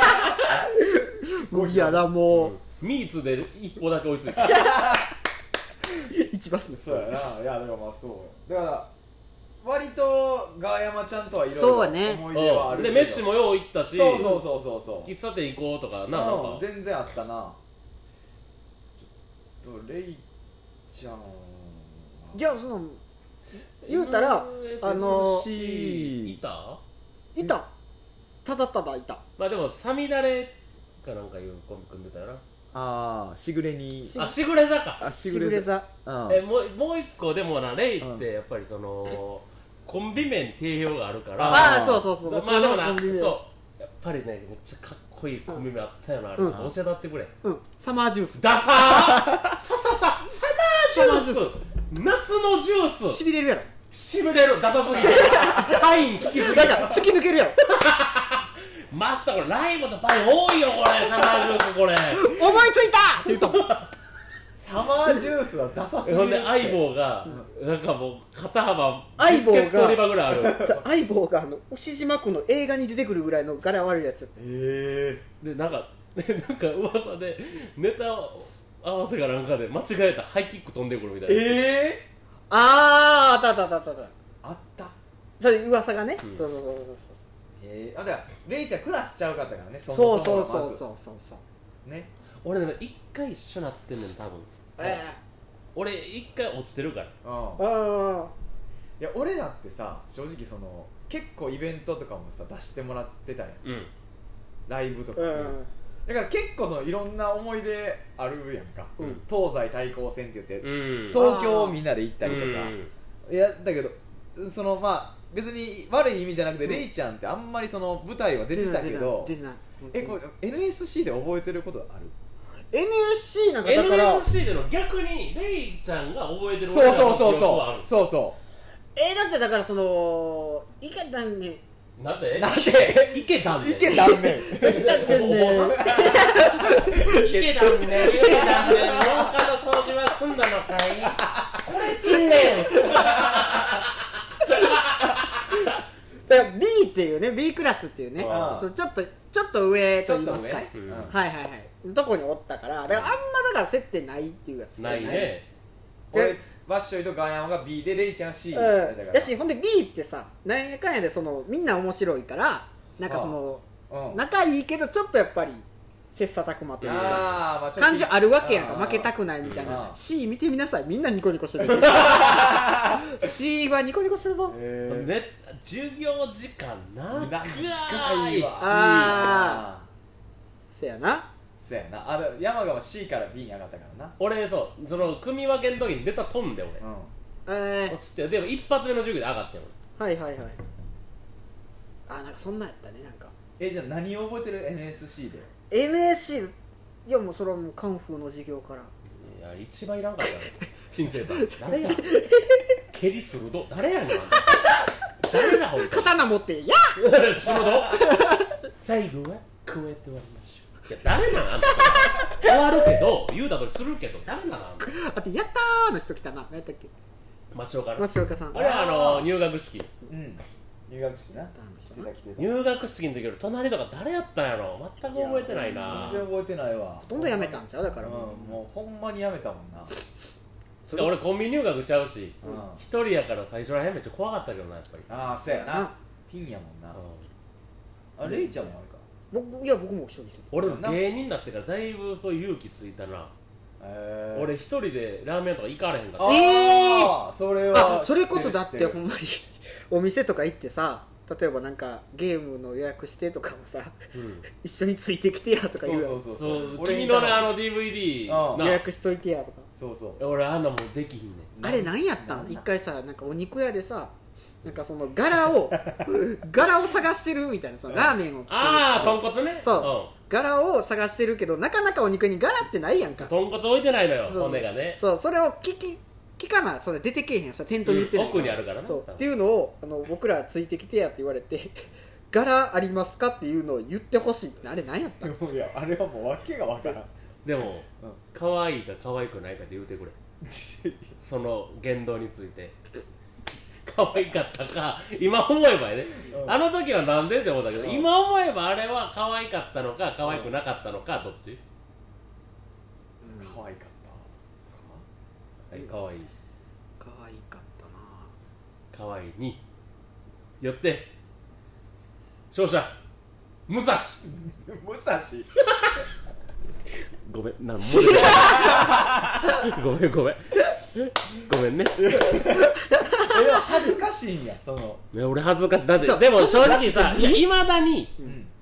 無理やなもミーツで一歩だけ追いついたう一馬身そうやないやだからまあそうだから割とガーヤマちゃんとはいろいろそうね思い出はあるけどで飯もよう行ったしそうそうそうそうそう喫茶店行こうとかななんうんか全然あったなちょっとレイちゃんじゃあその言うたらあのエヌエスシー いたいたただただいたまあでもサミダレかなんかいうコンビ組んでたよなああしぐれにあしぐれ座かあししぐれ座えもうもう一個でもなレイってやっぱりそのコンビ名に定評があるからああそうそうそうまあでもなコンビ名そうやっぱりねめっちゃかっこいいコンビ名あったよな、うん、あれちょっと教えてってくれ、 うん、サマージュースダサーさささサマージュース夏のジュースしびれるやろしびれるダサすぎるパイン効きすぎるだから突き抜けるやろマスターこれライムとパイン多いよこれサマージュースこれ思いついたって言ったもんサマージュースはダサすぎるほんで相棒が、うん、なんかもう肩幅相棒がビスケット売り場ぐらいある相棒があの牛島区の映画に出てくるぐらいの柄悪いやつええー、でなんかなんか噂でネタ合わせかなんかで間違えたハイキック飛んでくるみたいなええー、あーあったあったあったあったあったそれ噂がね、うん、そうそうそうそうえー、あだからレイちゃんクラスちゃうかったからねそもそもそうそうそうそうそうね俺でも一回一緒なってんねん多分ええ俺一回落ちてるからうんあいや俺らってさ正直その結構イベントとかもさ出してもらってたやん、うん、ライブとか、うん、だから結構そのいろんな思い出あるやんか、うん、東西対抗戦って言って、うん、東京をみんなで行ったりとか、うん、いやだけどそのまあ別に悪い意味じゃなくて、うん、レイちゃんってあんまりその舞台は出てたけど出てないえこれ エヌエスシー で覚えてることあるエヌエスシー なんかだからエヌエスシー での逆にレイちゃんが覚えてるそうそうそうそうそうそうえー、だってだからそのいけたんになんでなんでいけたんねいけたんねいけたんねいけたんねいけたんね廊下の掃除は済んだのかいこれちんねんだから B っていうね B クラスっていうねそうちょっとちょっと上と言いますか、うん、はいはいはいとこにおったからだからあんまだから接点ないっていうやつないね俺ワッショイとガンヤマが B でレイちゃん C だから、うん、だしほんで B ってさ何やかんやでそのみんな面白いからなんかその、うん、仲いいけどちょっとやっぱり切磋琢磨というか感じあるわけやんか負けたくないみたいな C 見てみなさいみんなニコニコしてるC はニコニコしてるぞ、 えーね、授業時間長いわああせやなせやなあ山川は C から B に上がったからな俺そうその組み分けの時に出た飛んで俺、うんえー、落ちてでも一発目の授業で上がってよはいはいはいあなんかそんなんやったねなんかえじゃあ何を覚えてる エヌエスシー でエヌエスシー いやもうそれはもうカンフーの授業からいや一番いらんかったよ陳生さん誰や蹴り鋭誰やねん誰だほんと刀持ってやっ鋭最後はこうやって終わりましょういや誰なんあんた終わるけど言うたとりするけど誰なんあんたあとやったーの人来たな何やったっけ増岡増岡さんあれはあの入学式うん入学式な入学式の時より隣とか誰やったんやろ全く覚えてないな全然覚えてないわほとんどやめたんちゃうだからもう、 うん、もうほんまにやめたもんな俺コンビニ入学ちゃうし一、うん、人やから最初らへんめっちゃ怖かったけどなやっぱりああそうやなピンやもんな、うん、あレイちゃんもあれか僕いや僕も一人一人俺も芸人になってからだいぶそういう勇気ついたなえー、俺一人でラーメンとか行かれへんかったえー、それはあそれこそだってほんまにお店とか行ってさ例えばなんかゲームの予約してとかもさ、うん、一緒についてきてやとか言うやんそうそうそうそう君のねあの ディーブイディー予約しといてやとかそうそう俺あんなもんできひんねんあれ何やったの一回さなんかお肉屋でさなんかその柄を柄を探してるみたいなそのラーメンを作るああ豚骨ねそう、うん、柄を探してるけどなかなかお肉に柄ってないやんか豚骨置いてないのよ骨がねそうそれを聞き聞かなそれ出てけえへんやん店頭に売ってない、 うん、奥にあるからなっていうのをあの僕らついてきてやって言われて柄ありますかっていうのを言ってほしいってあれ何やったのいやあれはもう訳が分からんでも、うん、可愛いか可愛くないかって言うてくれその言動について可愛かったか今思えばね、うん、あの時はなんでって思ったけど、うん、今思えばあれは可愛かったのか可愛くなかったのかどっち、うん、 可愛かったはい、かわいいかわいかったなかわいいによって勝者武蔵武蔵ごめんなんもごめんごめんごめんねえ恥ずかしいんやそのいや俺恥ずかしいだってでも正直さいまだに、うん、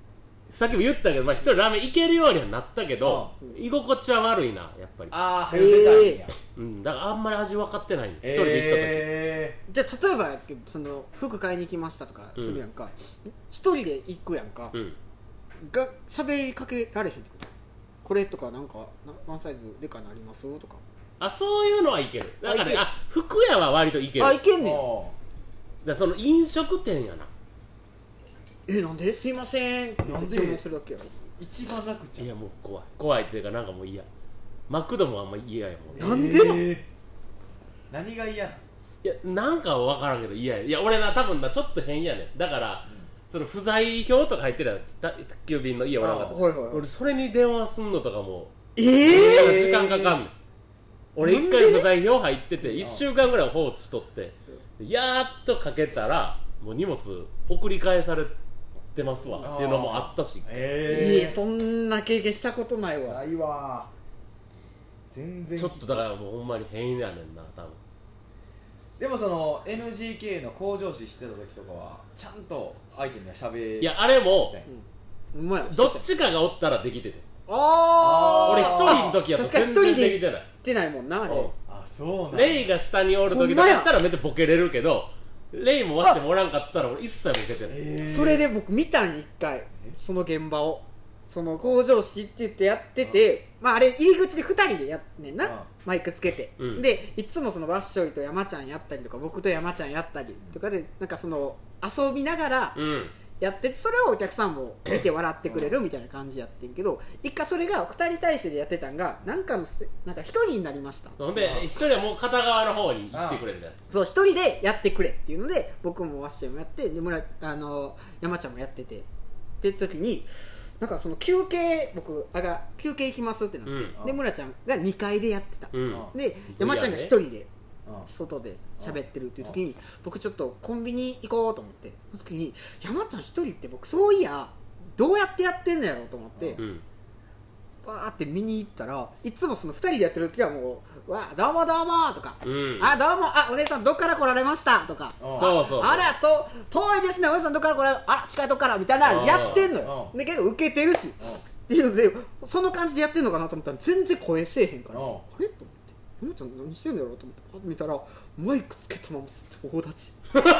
さっきも言ったけど、まあ、一人ラーメン行けるようにはなったけど、うん、居心地は悪いなやっぱり。 ああ早出たいんや、 うん、だからあんまり味分かってない一、えー、人で行った時、えー、じゃあ例えばその服買いに行きましたとかするやんか、一、うん、人で行くやんか、うん、が喋りかけられへんってこと。これとかなんかワンサイズでかなりますとか。 あ、そういうのはいける。だからね、あ、服屋は割といける。 あ、いけんねん。 だその飲食店やな。 え、なんで？すいません。なんで注文するわけやろ。 一番楽ちゃん。 いやもう怖い怖いっていうかなんかもう嫌。マクドもあんま嫌やもん。 なんでの？えー、 何が嫌なの？ いやなんか分からんけど嫌や。いや俺な多分なちょっと変やねん。だから、うん、その不在表とか入ってるやつ、宅急便の家おらんかった。はいはいはい、俺それに電話すんのとかもえー、 時間かかんねん。俺一回不在表入ってていっしゅうかんぐらい放置しとってやっとかけたらもう荷物送り返されてますわっていうのもあったし。 えー、そんな経験したことないわ。 ないわ全然。 ちょっとだからもうほんまに変やねんな多分。 でもその エヌジーケー の向上心してた時とかはちゃんと相手にはしゃべる。 いやあれも、 うん、 どっちかがおったらできてて。 あ俺一人の時やと全然できてない。 てないもんなあれ。 あ、そうなん。 レイが下におる時だったらめっちゃボケれるけど、レイもワッシュもおらんかったら俺一切ボケてない。 えー、それで僕見たん一回その現場を。その向上心って言ってやってて、まああれ入り口でふたりでやっねんな、マイクつけて、うん、でいつもそのワッショイと山ちゃんやったりとか僕と山ちゃんやったりとかでなんかその遊びながらやってて、それをお客さんも見て笑ってくれるみたいな感じやってんけど、一回それがふたり体制でやってたんがなんかのなんかひとりになりました。 ほんでひとりはもう片側の方に行ってくれみたいな。 そうひとりでやってくれっていうので僕もワッショイもやってで村あの山ちゃんもやっててって時になんかその休憩僕あが休憩行きますってなって、うん、で村ちゃんがにかいでやってた、うん、で山ちゃんがひとりで外で喋ってるっていう時に僕ちょっとコンビニ行こうと思ってその時に山ちゃんひとりって僕そういやどうやってやってんのやろうと思って、うん、バーって見に行ったらいつもそのふたりでやってる時はもうわどうもどうもとか、うん、あどうもあお姉さんどっから来られましたとかそうそうあらと遠いですねお姉さんどっから来られあら近いとこからみたいなやってんのよで結構受けてるしっていうのでその感じでやってんのかなと思ったら全然声せえへんからあれと思って山ちゃん何してんのやろうと思ってパッと見たらマイクつけたままずっと大立ち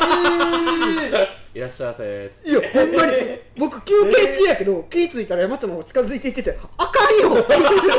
いらっしゃいませーいやほんまに僕休憩中やけど気付いたら山ちゃんの方近づいていっててあかんよ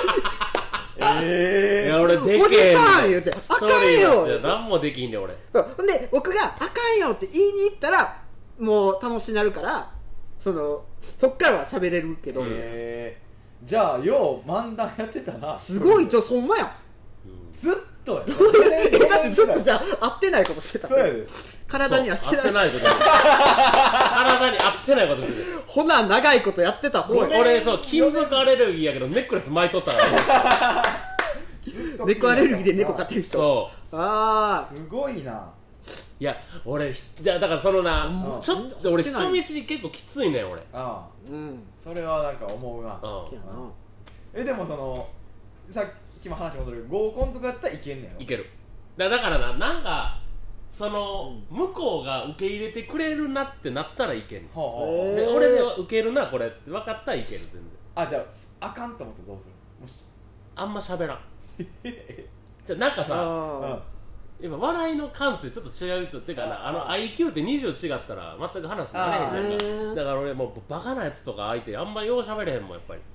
えー、いや俺でけえんだおじさん言うてあかんよじゃ何もできんね俺ほんで僕があかんよって言いに行ったらもう楽しなるからそのそっからは喋れるけど、 えー、じゃあよう漫談やってたなすごいじゃあそんまやん、うん、 ずっとやだってずっとじゃあ合ってないことしてたそうやで体に合ってない合ってないこと体に合ってないことしてるほな長いことやってた方が俺そう金属アレルギーやけどネックレス巻いとったから猫アレルギーで猫飼ってる人そうあすごいないや俺じゃあだからそのな、うん、ちょっと俺人見知り結構きついねん俺ああ、うん、それはなんか思うな、うん、えでもそのさっきも話戻るけど合コンとかやったらいけんねんよいけるだだからななんかその、うん、向こうが受け入れてくれるなってなったらいけんねん、はあはあ、で俺で受けるなこれって分かったらいける全然あじゃああかんと思ってどうするもしあんま喋らんじゃあなんかさ今笑いの感性ちょっと違うっていうかなあの アイキュー ってにじゅう違ったら全く話になれへんねんかだから俺もうバカなやつとか相手あんまよう喋れへんもんやっぱり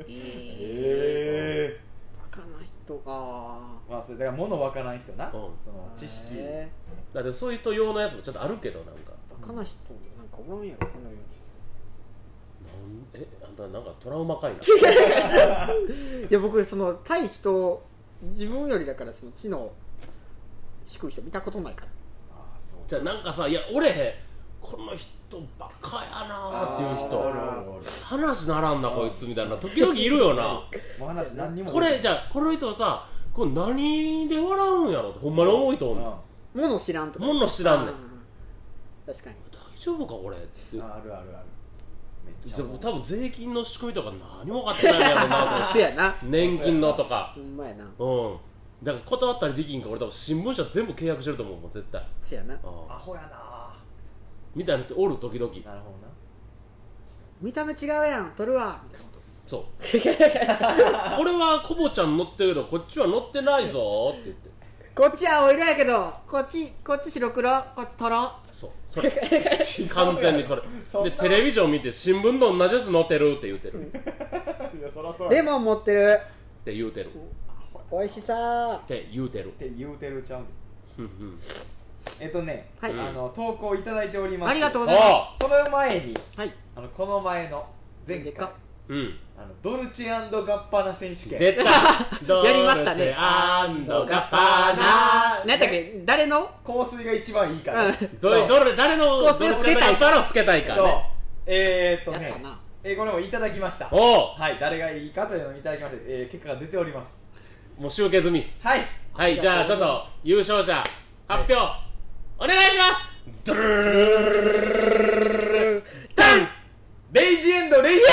えー、バカな人かまあそれだから物分からん人な、うん、その知識だってそういう人用のやつもちょっとあるけどなんかバカな人なんかおらんやろこの世になんえあんたなんかトラウマかいないや僕その対人自分よりだからその知能低い人見たことないからあそうじゃあなんかさいや俺この人バカやなっていう人話ならんなこいつみたいな時々いるよなもう話何にもこれじゃあこの人さこれ何で笑うんやろってほんまに思う人おんねん物知らんとか物知らんねん確かに大丈夫かこれってあるあるあるめっちゃ多分税金の仕組みとか何も分かってないんやろなとそうやな年金のとかほんまやなうんだから断ったりできんから俺多分新聞社全部契約してると思うもん絶対そうやなアホやなみたいな人おる時々 なるほどな見た目違うやん取るわみたいなことそうこれはコボちゃん乗ってるけどこっちは乗ってないぞって言ってこっちはお色やけどこっちこっち白黒こっち取ろうそうそれ完全にそれでテレビジョン見て新聞と同じやつ載ってるって言うてる、うん、いやそらそうレモン持ってるって言うてるおいしさって言うてるって言うてるちゃうねんえっとね、 はい、 あの投稿いただいております。 ありがとうございます。その前に、 はい、 あのこの前の前回、 うん、 あのドルチェ&ガッパーナ選手権出たやりましたね。 ドルチェ&ガッパーナ何だっけ誰の香水が一番いいから、 うん、どれどれ誰の香水をつけたいかつけたいか、ね、 そうえー、っとねえー、これもいただきました。 おはい誰がいいかというのをいただきました、えー、結果が出ております。 もう集計済み。 はいはいじゃあちょっと優勝者発表、はい、お願いします。ドゥルルルルルダンレイジエンドレイジ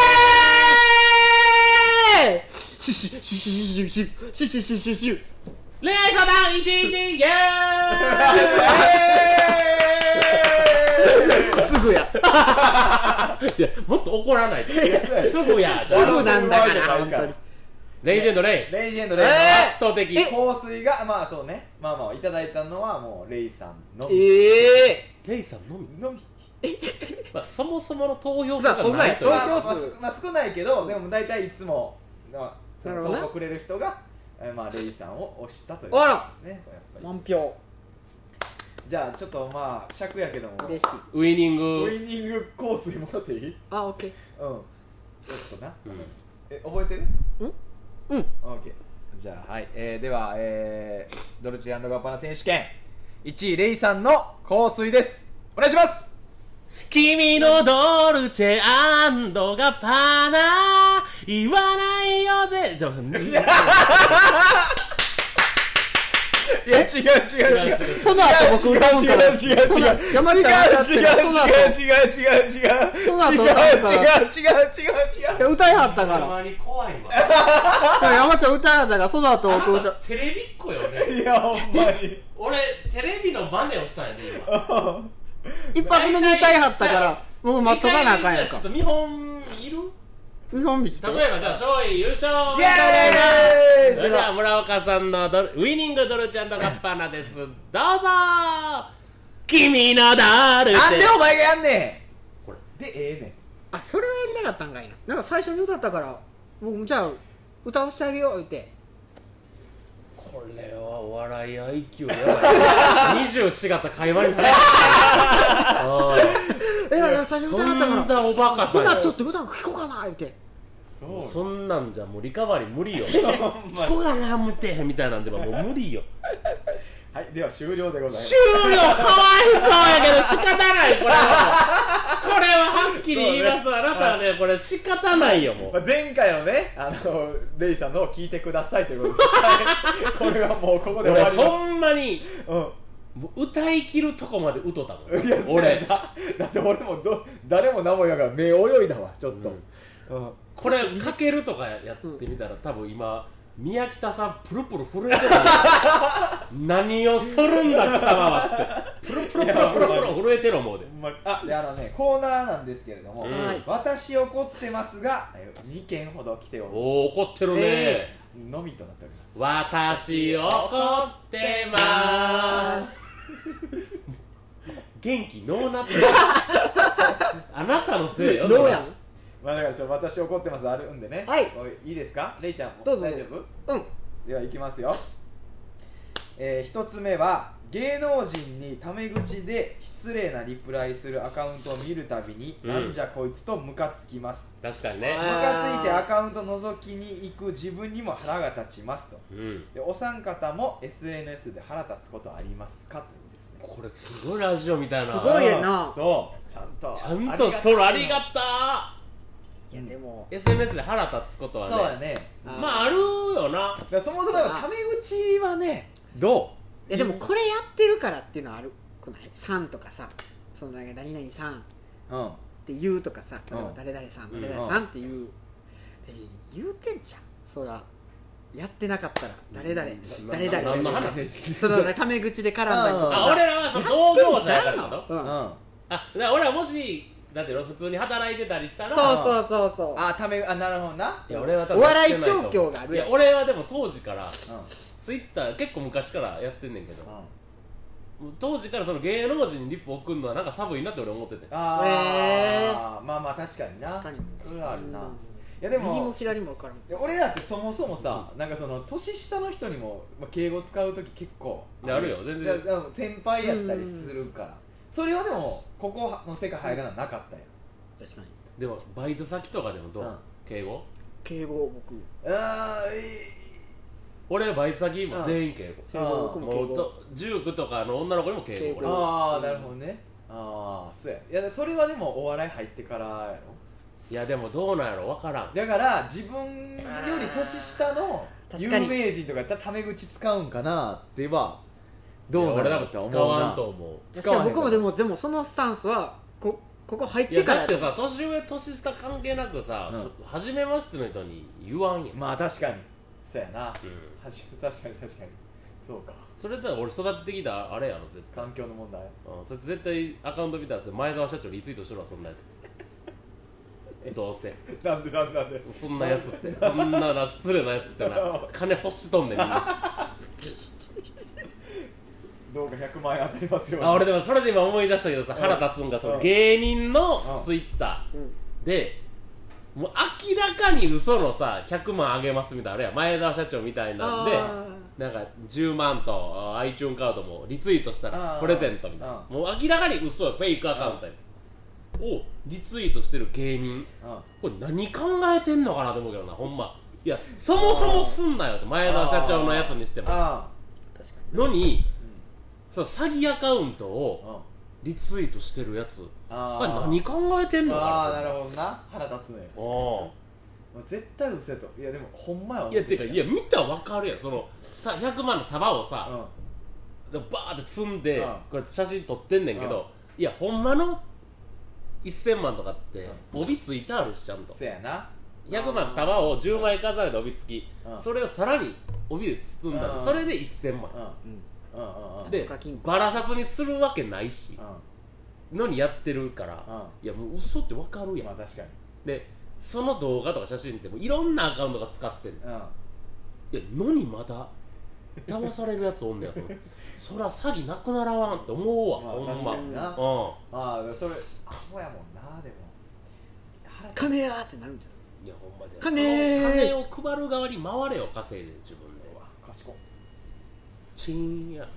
エンドシュシュシュシュシュシュシュシュシュシュシュシュ恋愛相談いちいちイエーイすぐやいやもっと怒らないですぐやすぐなんだから本当にレイジェンドレイレイジェンドレイ、 えー、圧倒的香水がまあそうねまあまあいただいたのはもうレイさんのみえー、レイさんのみのみまあ、そもそもの投票数がないというまあ、まあまあ、少ないけどでも大体いつもその投稿くれる人が、えーまあ、レイさんを推したということですね。 満票じゃあちょっとまあ尺やけども嬉しいウイニングウイニング香水もらっていい？ あ、オッケーうんちょっとな、 うん、 え覚えてる？ うんうん、 オッケーじゃあはい、えー、では、えー、ドルチェ&ガッパーナ選手権いちいレイさんの香水です。お願いします。 君のドルチェ&ガッパーナ言わないよぜちょいや違う違う違うその後僕歌うんから違う違う違う違う違う違う違う違う違う違う違う違う違う歌いはったから怖いわ山ちゃん歌いはったからその後僕歌テレビっ子よねいやほんまに俺テレビのバネをしたんやね今一発目に歌いはったから僕待っとかなあかんやんか。 ちょっと見本いる？ 見本見せて。 例えばじゃあ勝利優勝イエーイ。 それでは村岡さんのドルウイニングドルチェ&ガッパーナです。どうぞ君のドルチェなんでお前がやんねんこれでええねん。 あ、それはやりたかったんかいな。なんか最初に歌ったから僕じゃあ歌わせてあげよう言ってこれはお笑い アイキュー やばいにじゅう違った会話になるえらい最初に歌ったからとんだおバカさんほなちょっと歌聴こうかな言ってそうそんなんじゃもうリカバリー無理よ聞こうかな思ってみたいなんではもう無理よはいでは終了でございます終了かわいそうやけど仕方ないこれはこれははっきり言います、ね、あなたはねこれ仕方ないよもう、 まあ、前回のねあのレイさんのを聞いてくださいということでこれはもうここで終わります。 ほんまに、うん、もう歌い切るとこまで歌ったもんいや俺だって俺もど誰も何も言わんから目泳いだわちょっと、 うんうん、これかけるとかやってみたら、うん、多分今宮北さんプルプル震えてる何をするんだ貴様はつってプルプルプルプルプル震えてる思うで、 まあ、であのねコーナーなんですけれども、うん、私怒ってますがにけんほど来ております。 おー怒ってるね、えー、のみとなっております。 私怒ってます元気ノーナップあなたのせいよどうやんまあだからちょ私怒ってますあるんでね。 はい。 いいですか？レイちゃんもどうぞ大丈夫？ うん。 ではいきますよ。えー、一つ目は芸能人にタメ口で失礼なリプライするアカウントを見るたびに、うん、なんじゃこいつとムカつきます。 確かにね。 ムカついてアカウント覗きに行く自分にも腹が立ちますと。うん、でお三方も エスエヌエス で腹立つことありますかというですね。 これすごいラジオみたいな。 すごいやな。 そうちゃんとちゃんとストローありがたいやでもエスエヌエス で腹立つことはねそうやねまああるよな。 だそもそもタメ口はねどういやでもこれやってるからっていうのはあるくない？さんとかさその何々さんって言うとかさ、例えば誰々さん、うん、誰々さんって言う、うん、言うてんじゃんそらやってなかったら誰々、うん、誰々 何の話そのタメ口で絡んだりとかあ俺らはその同業者やからってこと？うん、あだから俺はもしだって普通に働いてたりしたらそうそうそうそうあためあなるほどな。 いや俺は多お分笑い調教があるいやん。 や俺はでも当時からうんツイッター結構昔からやってんねんけどうん当時からその芸能人にリップ送るのはなんか寒いなって俺思っててあへあまあまあ確かにな。 確かにそれはあるな。 うんいやでも右も左も分からん。 いや俺らってそもそもさ、なんかその年下の人にも、まあ、敬語使う時結構いやあるよ全然いや先輩やったりするから、それはでもここの世界入らななかったよ。 確かにでもバイト先とかでもどう、 うん敬語敬語僕俺あーのバイト先も全員敬語、 敬語僕も敬語もうと塾とかの女の子にも敬語敬語俺ああなるほどね。ああそうや。いやそれはでもお笑い入ってからやろ。 いやでもどうなんやろ分からんだから自分より年下の有確かに名人とかやったらタメ口使うんかなってはどうな俺多るって思うな。 分使わんと思う使わへん僕もでもでもそのスタンスはこここ入っいやてからだってさ年上年下関係なくさ、 うんそ初めましての人に言わんやん、 まあ確かにそうやな、 うんはじ確かに確かにそうか。 それだったら俺育ってきたあれやろ絶対、 環境の問題。 うん、それ絶対アカウント見たらそれ前澤社長リツイートしろわそんなやつどうせなんでなんでなんでそんなやつってそんなな失礼なやつってな金欲しとんねんみんなどうかひゃくまん円当たりますよあ俺でもそれで今思い出したけどさ腹立つんがその芸人のツイッタうんーでもう明らかに嘘のさひゃくまんあげますみたいなあれや前澤社長みたいなんであなんかじゅうまんと iTunes カードもリツイートしたらプレゼントみたいなあーもう明らかに嘘よフェイクアカウントやをリツイートしてる芸人これ何考えてんのかなと思うけどなほんまいやそもそもすんなよって前澤社長のやつにしてもあー確かにのにそう詐欺アカウントをリツイートしてるやつああれ何考えてんのああなかなるほどな。腹立つのよ。 おまあ絶対嘘やと。いやでもほんまやいやてかいや見たら分かるやんそのさひゃくまんの束をさ、 うんでバーって積んで、 うんこうやって写真撮ってんねんけど、いやほんまのせんまんとかって帯ついてあるしちゃんとそやな。 ひゃくまんの束をじゅうまい飾れて帯付き、 うんそれをさらに帯で包んだんで、 うんそれでせんまん、 うんうんうんうんで課金バラ札にするわけないし、のにやってるから、 うんいやもう嘘って分かるやん、 まあ確かに。 でその動画とか写真ってもういろんなアカウントが使ってんのうんいやのにまだ騙されるやつおんねやと思うそりゃ詐欺なくならわんって思うわ、 まあほんま確かにな。 うああそれアホやもんな。でも腹立つ金やーってなるんじゃんいやほんまで金その金を配る側に回れよ稼いで自分でわ賢い。 チーンや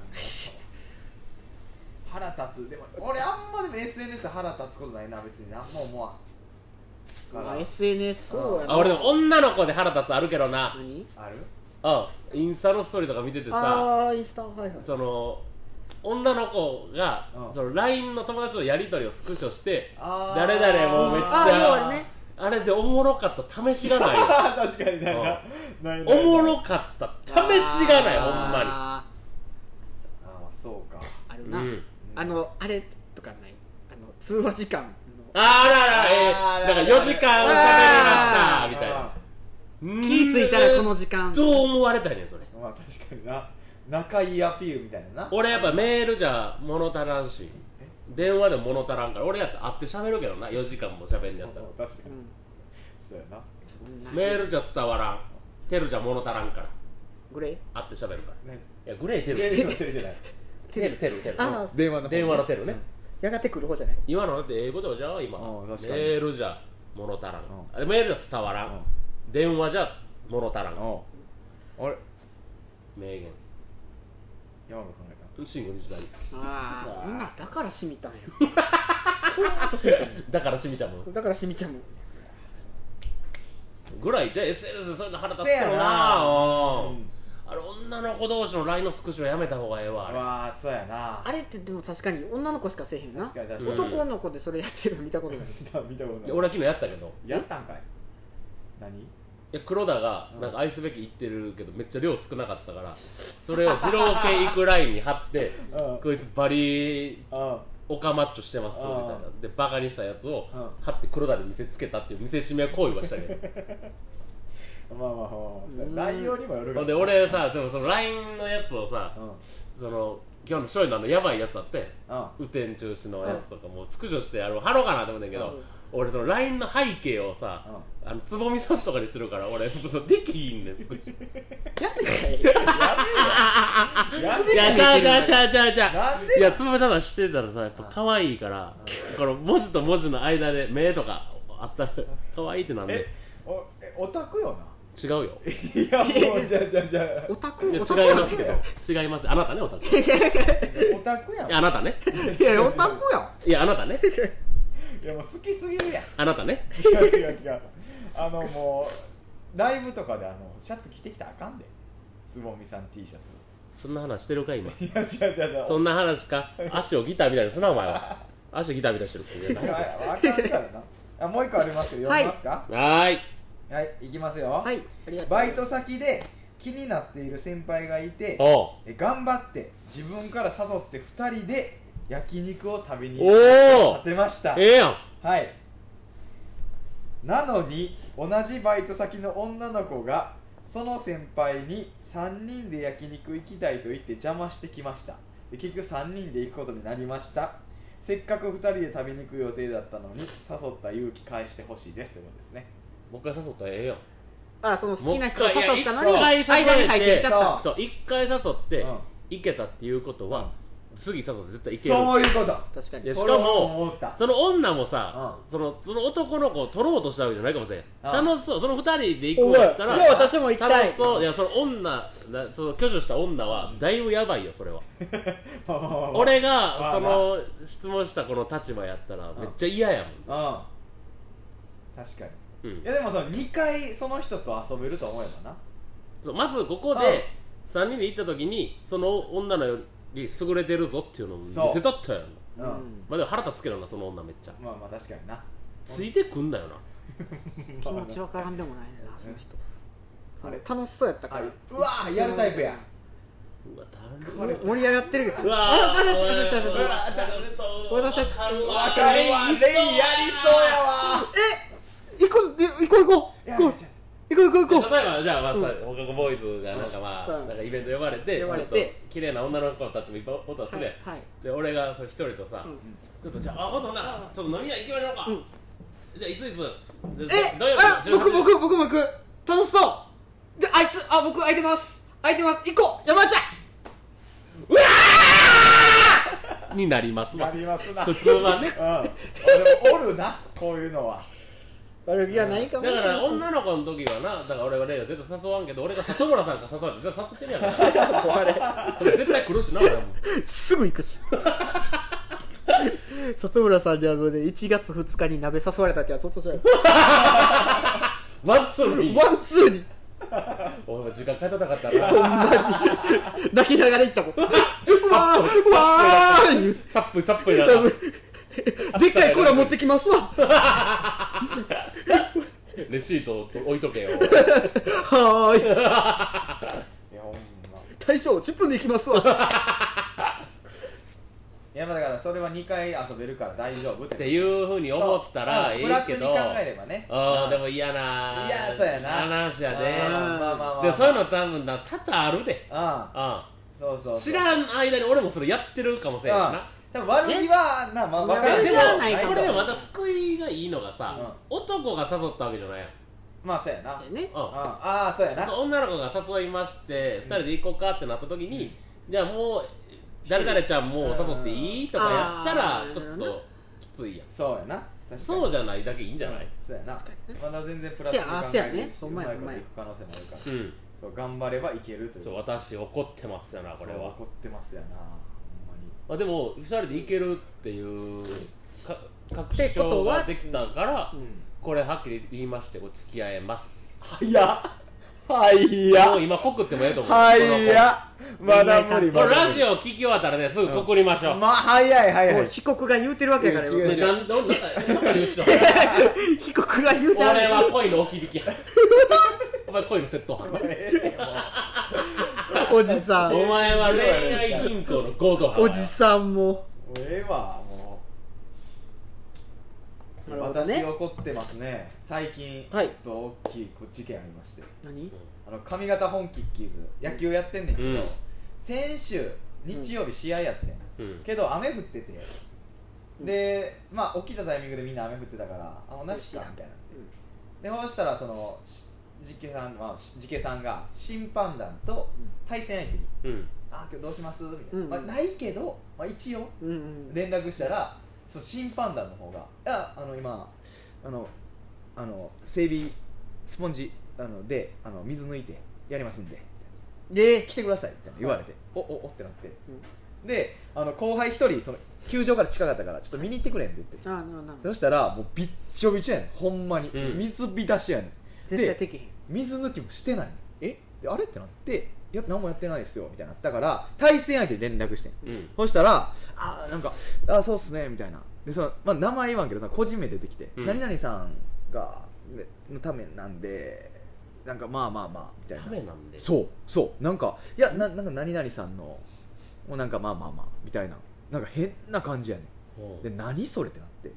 腹立つ。でも俺あんまでも エスエヌエス で腹立つことないな別にな。もう思わんん、まあ、エスエヌエス そうやなあ俺でも女の子で腹立つあるけどな何あるあインスタのストーリーとか見ててさああインスタはいはいその女の子が、 うんその ライン の友達のやり取りをスクショしてあー誰々もうめっちあー要はゃねあれでおもろかった試しがないよ確かにないな。ないないないおもろかった試しがないほんまにあああそうか。 ーあるな、 うんあのあれとかないあの通話時間のあらら、えあーー、だからよじかん喋りましたみたいなあ気ぃついたらこの時間どう思われたいねんそれーまあ確かにな。仲いいアピールみたいなな。 俺やっぱメールじゃ物足らんし電話でも物足らんから俺やったら会って喋るけどなよじかんも喋んやったら確かに。 うんそうやな。 そんなメールじゃ伝わらんテルじゃ物足らんからグレー会って喋るから何いやグレーテルテレビのテレじゃない。 テルテルテルあ電話の方電話のテルねやがて来る方じゃない今のだって英語でもじゃあ今うんメ確かにールじゃ物足らんうあメールじゃ伝わらうんん電話じゃ物足らんうんあれ名言山野考えた。 シングル時代ああみんなだからしみたんやふわーっとしみたんやだからしみちゃんもだからしみちゃんもぐらいじゃあ エスエヌエス でそういうの腹立つせやなけどなうんうんあれ女の子同士の ライン のスクショやめた方がええわあれわあそうやな。 あれってでも確かに女の子しかせえへんな確かに確かに。 うん男の子でそれやってるの見たことない見た見たことない。 で俺は昨日やったけどやったんかい。何？ いや黒田がなんか愛すべき言ってるけどめっちゃ量少なかったからそれを二郎系行くラインに貼ってうんこいつバリうんオカマッチョしてますみたいなあでバカにしたやつをうん貼って黒田に見せつけたっていう見せしめ行為はしたけどまあまあまあまあうん内容にもよるほんで俺さでもその ライン のやつをさうんその今日のショーのあのやばいやつあってうん雨天中止のやつとかもうスクショしてあの貼ろうかなと思うんだけど、俺その ライン の背景をさ、あのつぼみさんとかにするから俺そうできひんねんスクショやめかいやいやちゃうちゃうちゃうちゃうちゃなんでういやつぼみさんとかしてたらさやっぱ可愛いからこの文字と文字の間で目とかあったら可愛いってなんでえおえオタクよな違うよいやもうじゃあじゃあじゃあオタクいやオタク違いますけど違いますあなたねオタクいオタクやんやあなたねいやオタクやいやあなたねいやもう好きすぎるやんあなたね違う違う違うあのもうライブとかであのシャツ着てきたらあかんでつぼみさん T シャツそんな話してるか今いや違う違う違うそんな話か足をギターみたいにすなお前は足ギターみたいにしてるって言ういやあかんからなあもう一個ありますけど読みますかはーいはいいきますよはいありがとうバイト先で気になっている先輩がいておうえ頑張って自分から誘ってふたりで焼肉を食べにおー立てましたええやんはいなのに同じバイト先の女の子がその先輩にさんにんで焼肉行きたいと言って邪魔してきましたで結局さんにんで行くことになりましたせっかくふたりで食べに行く予定だったのに誘った勇気返してほしいですということですねもう一回誘ったらええやんあその好きな人を誘ったのにもう一回間に入っていっちゃったそう一回誘ってうん行けたっていうことは次誘って絶対行けるそういうこと確かにいやしか俺もも思ったその女もさ、 うそのその男の子を取ろうとしたわけじゃないかもしれん、 うん楽しそうその二人で行くんやったらいや私も行きたい楽しそういやその女なその挙手した女はだいぶやばいよそれは、 まあまあまあまあ俺がまあその質問したこの立場やったらめっちゃ嫌やもん、 うん確かにうんいやでもそのにかいその人と遊べると思えばなそうまずここでさんにんで行った時にその女のより優れてるぞっていうのを見そうせたったやんうん、 うんまあでも腹立つけどなその女めっちゃまあまあ確かになついてくんなよな気持ちわからんでもないねんなその人あれ楽しそうやったからうわーやるタイプやうわこれ盛り上がってるけどうわあ私私私私うわ私わかるわわかるわレイやりそうやわえ行こう行こう行こう行こう行こう行こう行こう例えばじゃあまあさ放課後ボーイズがなんかまあうんなんかイベント呼ばれてちょっと呼ばれて綺麗な女の子たちもいっぱいおったとするやんはいはいで俺がそれ一人とさうんちょっとじゃああほんとならちょっと飲み屋行きましょうかうんじゃあいついつえ土曜あ日の僕僕僕も行く楽しそうであいつあ僕空いてます空いてます行こう山ちゃんうわになりますわなりますな普通はねうんでもおるなこういうのは悪気はないかもしだかれないら女の子の時はなだから俺はレイが絶対誘わんけど俺が里村さんから誘われて絶対誘ってるやんからこれ絶対来るしな俺もすぐ行くし里村さんにあのねいちがつふつかに鍋誘われたってやつちょっとしないワンツーにワンツーに俺も時間変えたかったなほんまに泣きながら行ったもんうわーわー言うサップサップやなでっかいコーラ持ってきますわレシート置いとけよはーいいやほんま大将じゅっぷんで行きますわいやまあだからそれはにかい遊べるから大丈夫っってていうふうに思ったらそういいけどプラスに考えればねあーでも嫌ないやそうやな話やねあーまあまあまあでそういうの多分な多々あるでああそうそうそう知らん間に俺もそれやってるかもしれんしなあ多分悪気はなまあ分かる悪気でもはないかもこれでもまた救いがいいのがさ、男が誘ったわけじゃないやん、 まあそうやなうんねああそうやなそう女の子が誘いまして、ふたりで行こうかってなった時に、じゃあもう誰々ちゃんもう誘っていいとかやったらうんちょっときついやん、 そうやな確かにそうじゃないだけいいんじゃない、 そうやな確かにねまだ全然プラスに考せやあせやえてねほんまやうまいこといく可能性もあるからうん、 そう頑張ればいけるというそう私怒ってますよなこれはそう怒ってますやなほんまにあでもふたりで行けるっていうか確ってことは証ができたから、 うんこれはっきり言いましてこれ付き合えます早っ早っもう今告ってもええと思う早っまだ無理これまだ無理ラジオ聞き終わったらねすぐ告りましょう、 まあ早い早いもう被告が言うてるわけやから違う違うね、なんどんななんか言う人被告が言うてある俺は恋の置き引きお前恋の窃盗犯おじさんお前は恋愛銀行の強盗犯おじさんももうええわもうなるほどね私怒ってますね最近はいちょっと大きい事件ありまして何あの上方本気ッキーズ野球やってんねんけど、 うん先週日曜日試合やってん、うん、けど雨降ってて、うん、でまあ起きたタイミングでみんな雨降ってたからあもうなしかみたいなって、うん、でそうしたらそのジケさん、まあ、ジケさんが審判団と対戦相手に、うん、あ今日どうしますみたいな、うんうんまあ、ないけど、まあ、一応連絡したら、その審判団の方がいやあの今あのあの整備スポンジあのであの水抜いてやりますんでで来てくださいって言われて、はい、おおおってなって、うん、であの後輩一人その球場から近かったからちょっと見に行ってくれんって言って、あそしたらもうびっちょびちょやねんほんまに、うん、水浸しやねん絶対適へん水抜きもしてないえであれってなっていや何もやってないですよみたいになったから対戦相手に連絡してん、うん、そしたらあなんかあそうっすねみたいなでその、まあ、名前言わんけど個人名出てきて、うん、何々さんがのためなんでなんかまあまあまあみたいなためなんでそうそうなんかいやななんか何々さんのもうなんかまあまあまあみたいななんか変な感じやねんで何それってなって、うん、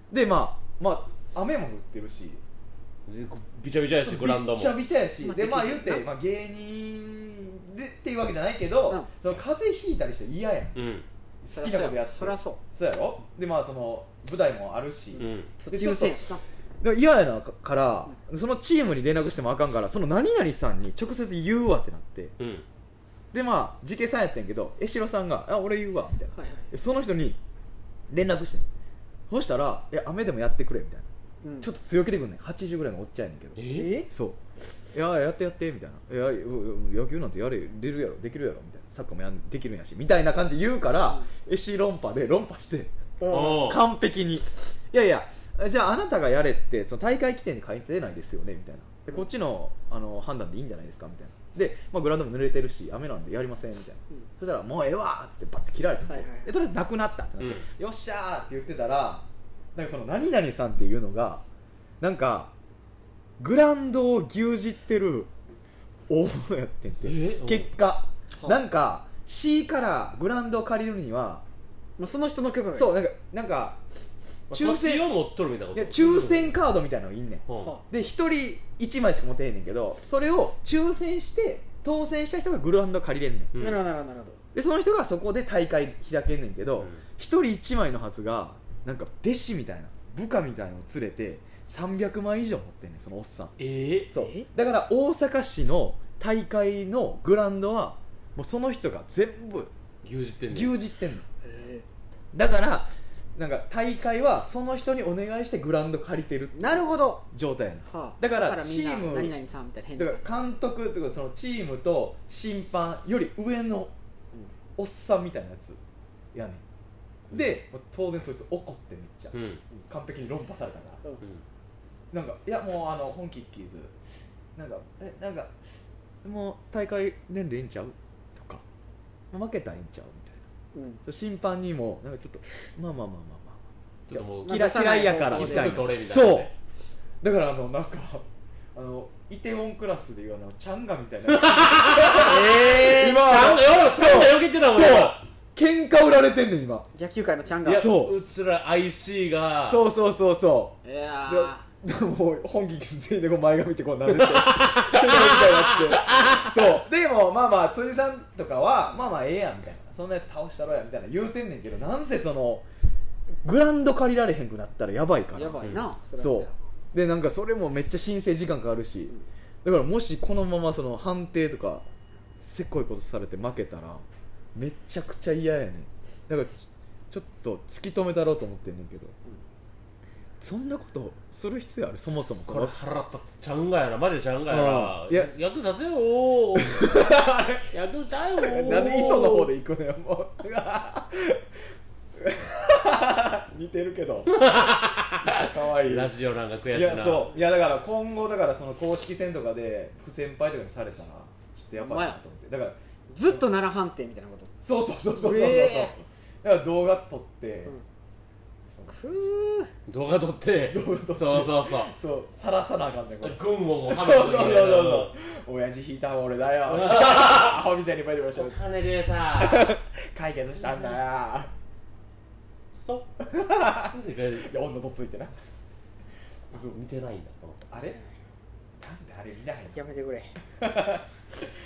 でまあまあ雨も降ってるしびちゃびちゃやしグラウンドもびちゃびちゃやし、まあ、でまあ言うて、まあ、芸人でっていうわけじゃないけど、うん、その風邪ひいたりして嫌やん、うん、好きなことやってそりゃそうそうやろでまあその舞台もあるし、うん、 でちょっと嫌やなから、うん、そのチームに連絡してもあかんからその何々さんに直接言うわってなって、うん、でまあジケさんやったんやけど江代さんがあ俺言うわみたいな、はいはい、その人に連絡してそしたらいや雨でもやってくれみたいな、うん、ちょっと強気でくんねんはちじゅうぐらいのおっちゃんやねんけどえー、 そういややってやってみたいないや野球なんてやれ出るやろできるやろみたいなサッカーもやんできるんやしみたいな感じで言うから、うん、エシ論破で論破して完璧にいやいやじゃああなたがやれってその大会規定に書いてないですよねみたいなでこっちの、あの判断でいいんじゃないですかみたいなで、まあ、グラウンドも濡れてるし雨なんでやりませんみたいな、うん、そしたらもうええわーってバッて切られて、はいはい、でとりあえずなくなったってなって、うん、よっしゃーって言ってたらなんかその何々さんっていうのがなんかグラウンドを牛耳ってる大物やってんて結果なんか C からグラウンドを借りるにはもうその人の曲そうなんかなんか抽選を持っとるみたいなこといや抽選カードみたいなのがいんねん、うん、でひとりいちまいしか持てへんねんけどそれを抽選して当選した人がグラウンド借りれんねん、 うん、なるほどなるほどでその人がそこで大会開けんねんけど、うん、ひとりいちまいのはずがなんか弟子みたいな部下みたいなのを連れてさんびゃくまい以上持ってんねんそのおっさんえー、 そうだから大阪市の大会のグラウンドはもうその人が全部牛耳ってんの牛耳ってんの、えー、だからなんか大会はその人にお願いしてグラウンド借りてるなるほど状態やな、はあ、だからチーム何々さんみたいな変なだから監督ってことそのチームと審判より上のおっさんみたいなやつやねん、うん、で当然そいつ怒ってめっちゃ、うん、完璧に論破されたから、うん、なんかいやもうあの本気キーズなんかえなんかもう大会年齢ええんちゃうとか負けたらええんちゃうみたいな、うん、審判にもなんかちょっとまあまあまあまあまあちょっともう嫌いやからみたいなそうだからあのなんかあのイテウォンクラスでいうあのチャンガみたいなえー今チャンガよチャンガよけてたもんね喧嘩売られてんねん今野球界のチャンガそううちら アイシー がそうそうそうそういやでもう本気全員でこう前髪見てこうなでてそういうのみたいになってそうでもまあまあ辻さんとかはまあまあええやんみたいなそんなやつ倒したろやみたいな言うてんねんけどなんせそのグラウンド借りられへんくなったらやばいからやばいな、 うん、そうでなんかそれもめっちゃ申請時間かかるし、うん、だからもしこのままその判定とかせっこいことされて負けたらめちゃくちゃ嫌やねんだからちょっと突き止めたろうと思ってんねんけど、うん、そんなことする必要あるそもそもこれ腹立つちゃうんがやなマジでちゃうんがやな、うん、いや野球させよ野球したよなんで磯の方で行くのよもう似てるけどかわいいラジオなんか悔しいな。 いやそういやだから今後だからその公式戦とかで不先輩とかにされたらちょっとやばいなと思ってだからずっと奈良判定みたいなことそうそうそうそうそうそう、えー、だから動画撮って、 うん、 ふ動画撮って動画撮ってそうそうそうそうさらさなあかんねんこれ軍をもうそうそうそうそう親父引いたん俺だよアホみたいにバリバリしゃべってお金でさ解決したんだよそういや女とついてなそう見てないんだあれなんであれ見ないのやめてくれいや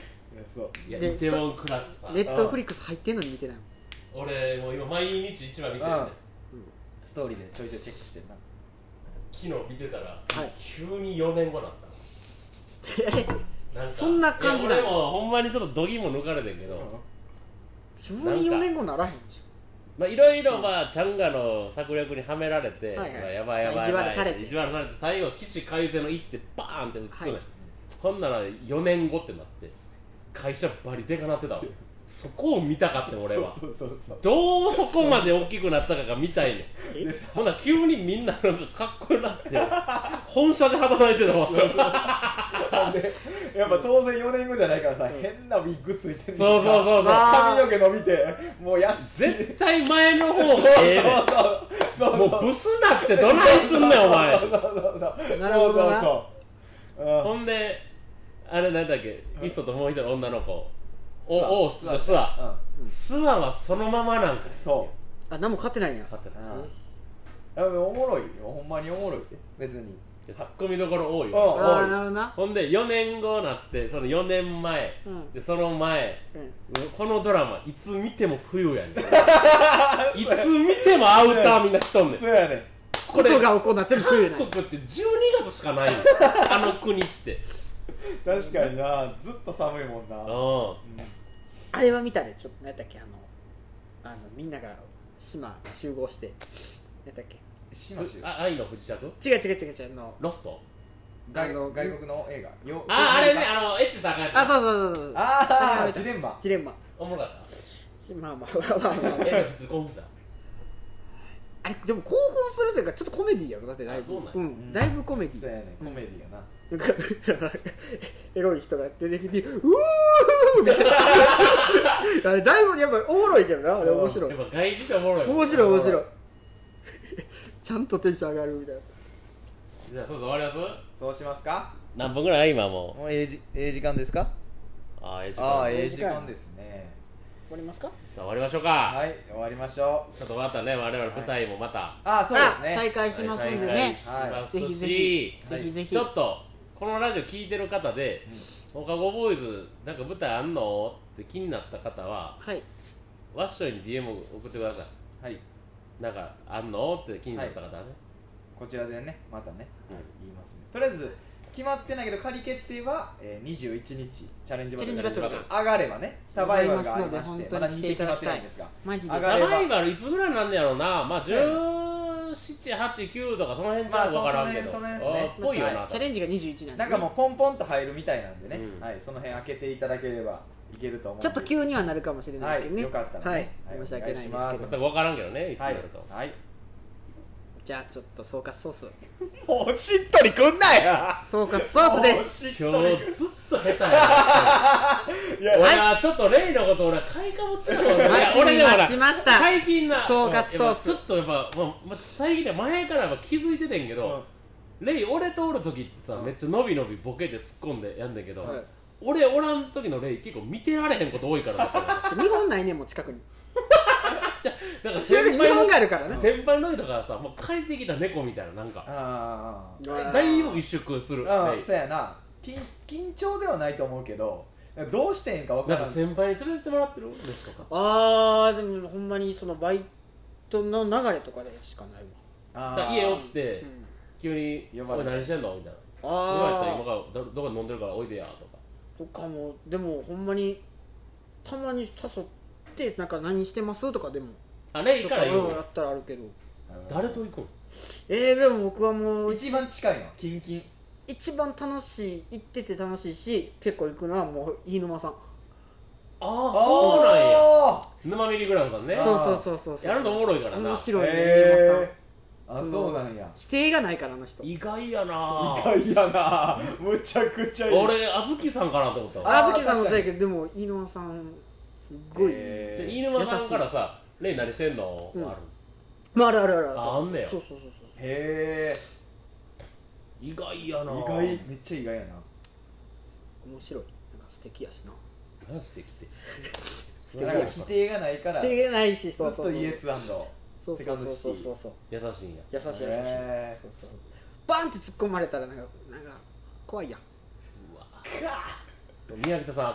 そういやイテウォンクラスさネットフリックス入ってんのに見てないもん。 俺もう今毎日一話見てるね、 ストーリーでちょいちょいチェックしてるな。 昨日見てたら、 はい、 急によねんごなったなんかそんな感じなの。 俺もほんまにちょっと度肝抜かれてんけど、 急によねんごならへんでしょ。 まあいろいろまあチャンガの策略にはめられて、 はいはい、 まあ、やばいやばいやばい意地悪されて意地悪されて最後起死回生の一手バーンって打つね、はい、ほんならよねんごってなって会社バリでかなってたわそこを見たかって俺はそうそうそうそうどうそこまで大きくなったかが見たいねんほんなら急にみんななんかかっこよくなって本社で働いてたわほんでやっぱ当然よねんごじゃないからさ、うん、変なウィッグついてるそうそうそうそう髪の毛伸びてもう安い絶対前の方がええねんそうそうそうもうブスなってどないすんねんお前そうそうそうなるほどなそうそう、うん、ほんであれなんだっけいっそともう一人女の子おおスワスワスワはそのままなんかそうあ何も勝ってないんや勝ってないおもろいよほんまにおもろい別にツッコミどころ多いよああなるほどなほんでよねんごなってそのよねんまえ、うん、でその前、うん、このドラマいつ見ても冬やねんいつ見てもアウターみんな着とんねんそうやねんこれが起こんな全部冬やねん韓国ってじゅうにがつしかないのあの国って確かになずっと寒いもんな、うん、 あれは見たでちょっと何やったっけあのあのみんなが島集合して何やったっけ島集あ愛の不時着違う違う違う違うのロスト外外国の映画よああれねあのエッチしたやつあそうそうそうそうああジレンマジレンマおもろかったまあまあまあまあまあえ普通興奮したあれでも興奮するというかちょっとコメディーやろだってだいぶそうなんや、 うん、だいぶコメディーそうやねコメディーやななんかエロい人が出てきてうーみたいなあれだいぶやっぱおもろいけどなあれ面白いやっぱ外人っておもろい面白い面白いちゃんとテンション上がるみたいなじゃあそうそう終わりますそうしますか何分ぐらい今もうもうええじええ時間ですかああええ時間ああええ時間ですね終わりますかさあ終わりましょうかはい終わりましょうちょっとまたね我々舞台もまた、はい、 ああそうですね再開しますんでね、 再開しますし、 はい、ぜひぜひぜひぜひちょっとこのラジオ聞いてる方で、うん、放課後ボーイズなんか舞台あんのって気になった方は、はい、ワッショイに ディーエム 送ってください。はい。なんかあんのって気になった方はね、はい、 こちらでねまたね、うん、言いますね。とりあえず決まってないけど仮決定は、えー、にじゅういちにちチャレンジバトルが上がればねサバイバルがありましてまだ日程決まってないんですがマジでサバイバルいつぐらいなんねやろうなまあじゅうなな、はち、きゅうとかその辺じゃ分からんけど、 まあ、その辺ですねぽいよな、 はい、チャレンジがにじゅういちなんで、 ね、なんかもうポンポンと入るみたいなんでね、うんはい、その辺開けていただければいけると思うちょっと急にはなるかもしれないですけどね、 はい、よかったらね、 はいはい、申し訳ないですけど全く分からんけどねいつなるかは、 はいはい、 じゃあちょっと総括ソースもうしっとりくんなや総括ソースです今日ずっと下手やないや俺はちょっとレイのこと俺は買いかぶってたもんね俺に待ちました最近な総括ソースちょっとやっぱ、まあ、最近前からやっぱ気づいててんけど、うん、レイ俺とおる時ってさ、うん、めっちゃ伸び伸びボケて突っ込んでやんだけど、はい、俺おらん時のレイ結構見てられへんこと多いから見本ないねんもう近くにじゃなんか先輩の見本があるからね先輩の時とかさもう帰ってきた猫みたいななんかあだいぶ萎縮するあそうやな緊緊張ではないと思うけどどうしてんか分からんなんか先輩に連れてってもらってるんですとかあーでもほんまにそのバイトの流れとかでしかないわだ家おって、うん、急に「おい何してんの?」みたいな「今やったら今からどどこで飲んでるからおいでや」とかとかもでもほんまにたまに誘ってなんか何してますとかでもあレイから言うやったらあるけど誰と行くのえー、でも僕はもう一番近いのキンキン一番楽しい行ってて楽しいし結構行くのはもう飯沼さんああそうなんや沼ミリグラムさんねそうそうそうそうやるのおもろいからな面白いね飯沼さんあそうなんや否定がないからあの人意外やな意外やなむちゃくちゃいい俺あずきさんかなと思ったわあずきさんもそうやけどでも飯沼さんすっごい飯沼さんからさレイ何してんの、うん、あるまああるあるあるああんねやそうそうそうそうへえ意外やな意外めっちゃ意外やな面白いなんか素敵やしな何素敵ってなんか否定がないから否定がないしずっとイエスアンドそうそうそうそうそうそう優しいんや優しい優しいそうそうバンって突っ込まれたらなんかなんか怖いやんうわ宮北さんあかん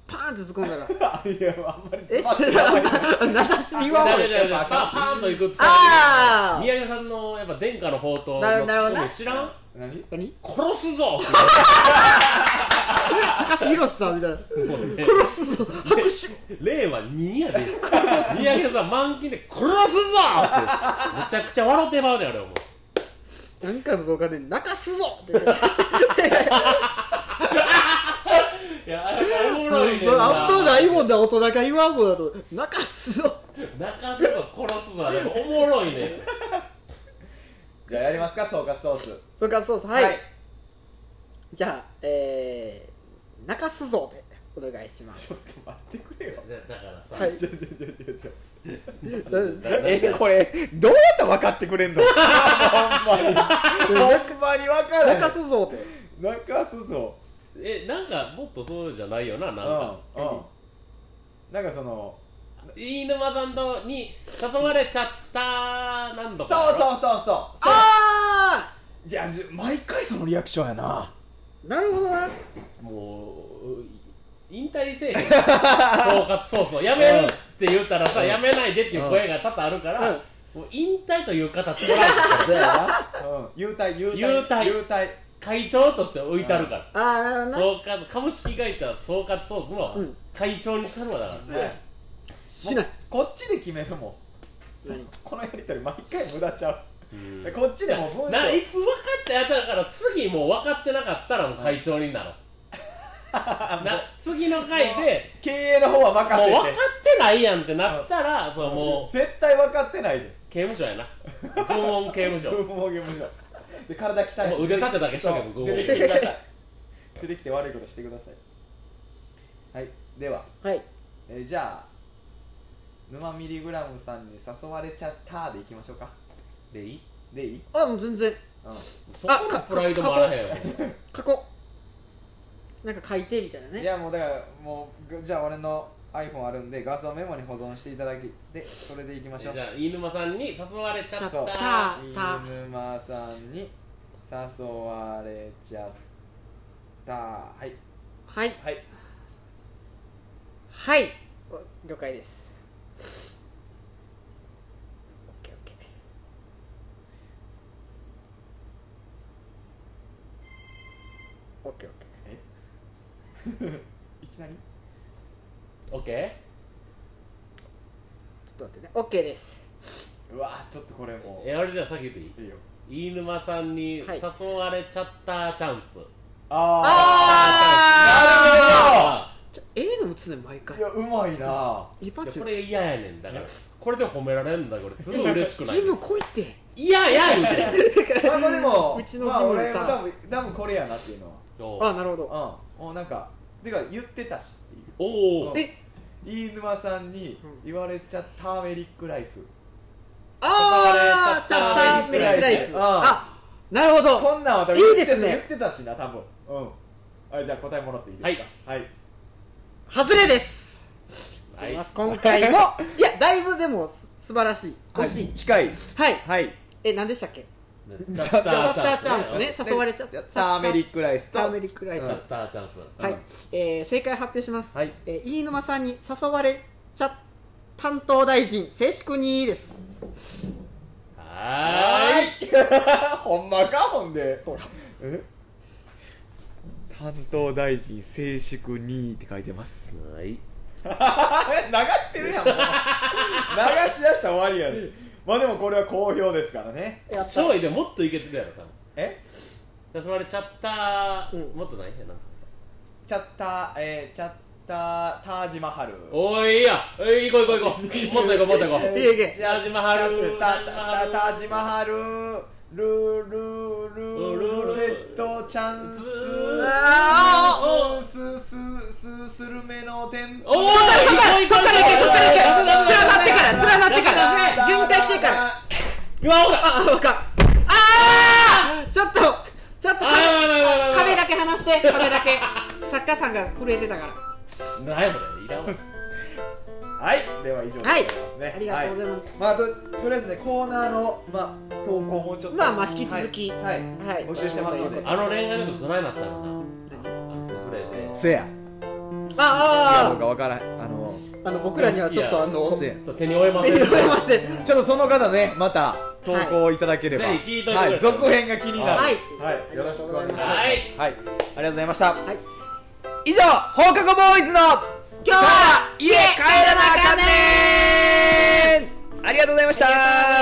パーンって突っ込んだらいやあんまりえ名指しに言わんわパーンといくつあ宮城さんのやっぱ殿下の宝刀なるほどな知らん何何殺すぞ高橋宏さんみたいな殺すぞ拍手令和にやで宮城さん満金で殺すぞってめちゃくちゃ笑ってまうねあれもうなんかの動画で泣かすぞって言っていやあれおもろいねんなあんまないもんだ大人が言わんもんだと泣かすぞ泣かすぞ殺すぞあれもおもろいねんじゃあやりますか総括ソースそれからそうそうはい、 はいじゃあえー、泣かすぞでお願いしますちょっと待ってくれよだからさ、 はいちょちょちょちょえこれどうやったら分かってくれんのほんまにほんまに分から泣かんすぞって泣かすぞえなんかもっとそうじゃないよななんかうんうんなんかその飯沼さんとに誘われちゃった何度そうかそうそうそうそうあいやじ毎回そのリアクションやなあなるほどなもう引退せえへん総括そうそうやめるって言ったらさ、うん、やめないでっていう声が多々あるから、うん、もう引退という形でそうやな、うん、優待優待優待優待会長として置いてあるから、 うん、ああなるほどな総括株式会社総括ソースの会長にしたのはだから、 ね、 しないこっちで決めるもんこのやり取り毎回無駄ちゃううんこっちでも文章ないつ分かってやったから次もう分かってなかったらもう会長になろうな次の回で経営の方は任せてもう分かってないやんってなったら、うん、そうもう絶対分かってないで刑務所やな軍音刑務所軍音刑務所で体鍛えて腕立てだけしとけば軍音出てきてください出てきて悪いことしてくださいはいでは、 はいえー、じゃあ沼ミリグラムさんに誘われちゃったでいきましょうかでいいでいいあもう全然、 うん、そこのプライドもあらへんよ書こうなんか書いてみたいなねいやもうだからもうじゃあ俺の iPhone あるんで画像メモに保存していただきでそれでいきましょうじゃあ飯沼さんに誘われちゃったそう飯沼さんに誘われちゃったはいはいはいはい了解ですオッケーオッケーオッケーオッケえいきなりオッケーちょっと待ってねオッケーですうわちょっとこれもーえあれじゃあ先言っていいいいよ飯沼さんに誘われちゃったチャンス、 ああーちょええの打つね毎回いやうまいな一般中これ嫌やねんだからこれで褒められるんだこれすごい嬉しくないジム来いって嫌や言うてまあでもうちのジムでさ、 まあ、俺多分多分これやなっていうのはあなるほどうんもうなんかてか言ってたしっていうおお、 うん、え飯沼さんに言われちゃターメリックライスあー、チャッターメリックライス。あ、なるほど。 こんなんは多分いいですね。 言ってたしな、多分。うん。はい、じゃあ答えもらっていいですか。はい。はい。 外れです。はい。今回もいやだいぶでも素晴らしい。惜しい。 近い。 はい。 はい。 え、何でしたっけ？ チャッターチャンスね。誘われちゃった。 ターメリックライスとターメリックライス。 チャッターチャンス。 はい。え正解発表します。 はい。 え飯沼さんに誘われちゃ担当大臣静粛にです。 はーいほんまかほんでほらえ担当大臣静粛にって書いてますはい流してるやんもう流し出したら終わりやねまあでもこれは好評ですからね勝利でもっといけてたやろ多分え誘われちゃった、 うん、 もっとないなんかチャッターえー、チャッタータージマハルおいいや行こう行こう行こうもっと行こうもっと行こういいいいタージマハルタージマハルルルルルレッドチャンスススススルメの天おおそっから行けそっから行け連なってから連なってから限界来てからうわほらあわかあーちょっとちょっと壁だけ離して壁だけ作家さんが震えてたから何やそれいらんわはいでは以上でございますね、 はい、ありがとうございます、 はい、まあととりあえずねコーナーのまあ投稿もちょっとまあまあ引き続きはい、はいはい、募集してますのであの恋愛のことどないなったのなあのスフレでせやああどうかわからんあのあの僕らにはちょっとあのそう手に負えません手に負えませんちょっとその方ねまた投稿いただければ、 はい、ぜひ聞いといてください、 はい、続編が気になるはい、 はい、よろしくお願いします。 はい、 はい、ありがとうございました、 はい、 以上放課後ボーイズの今日は家帰らなあかんねーありがとうございました。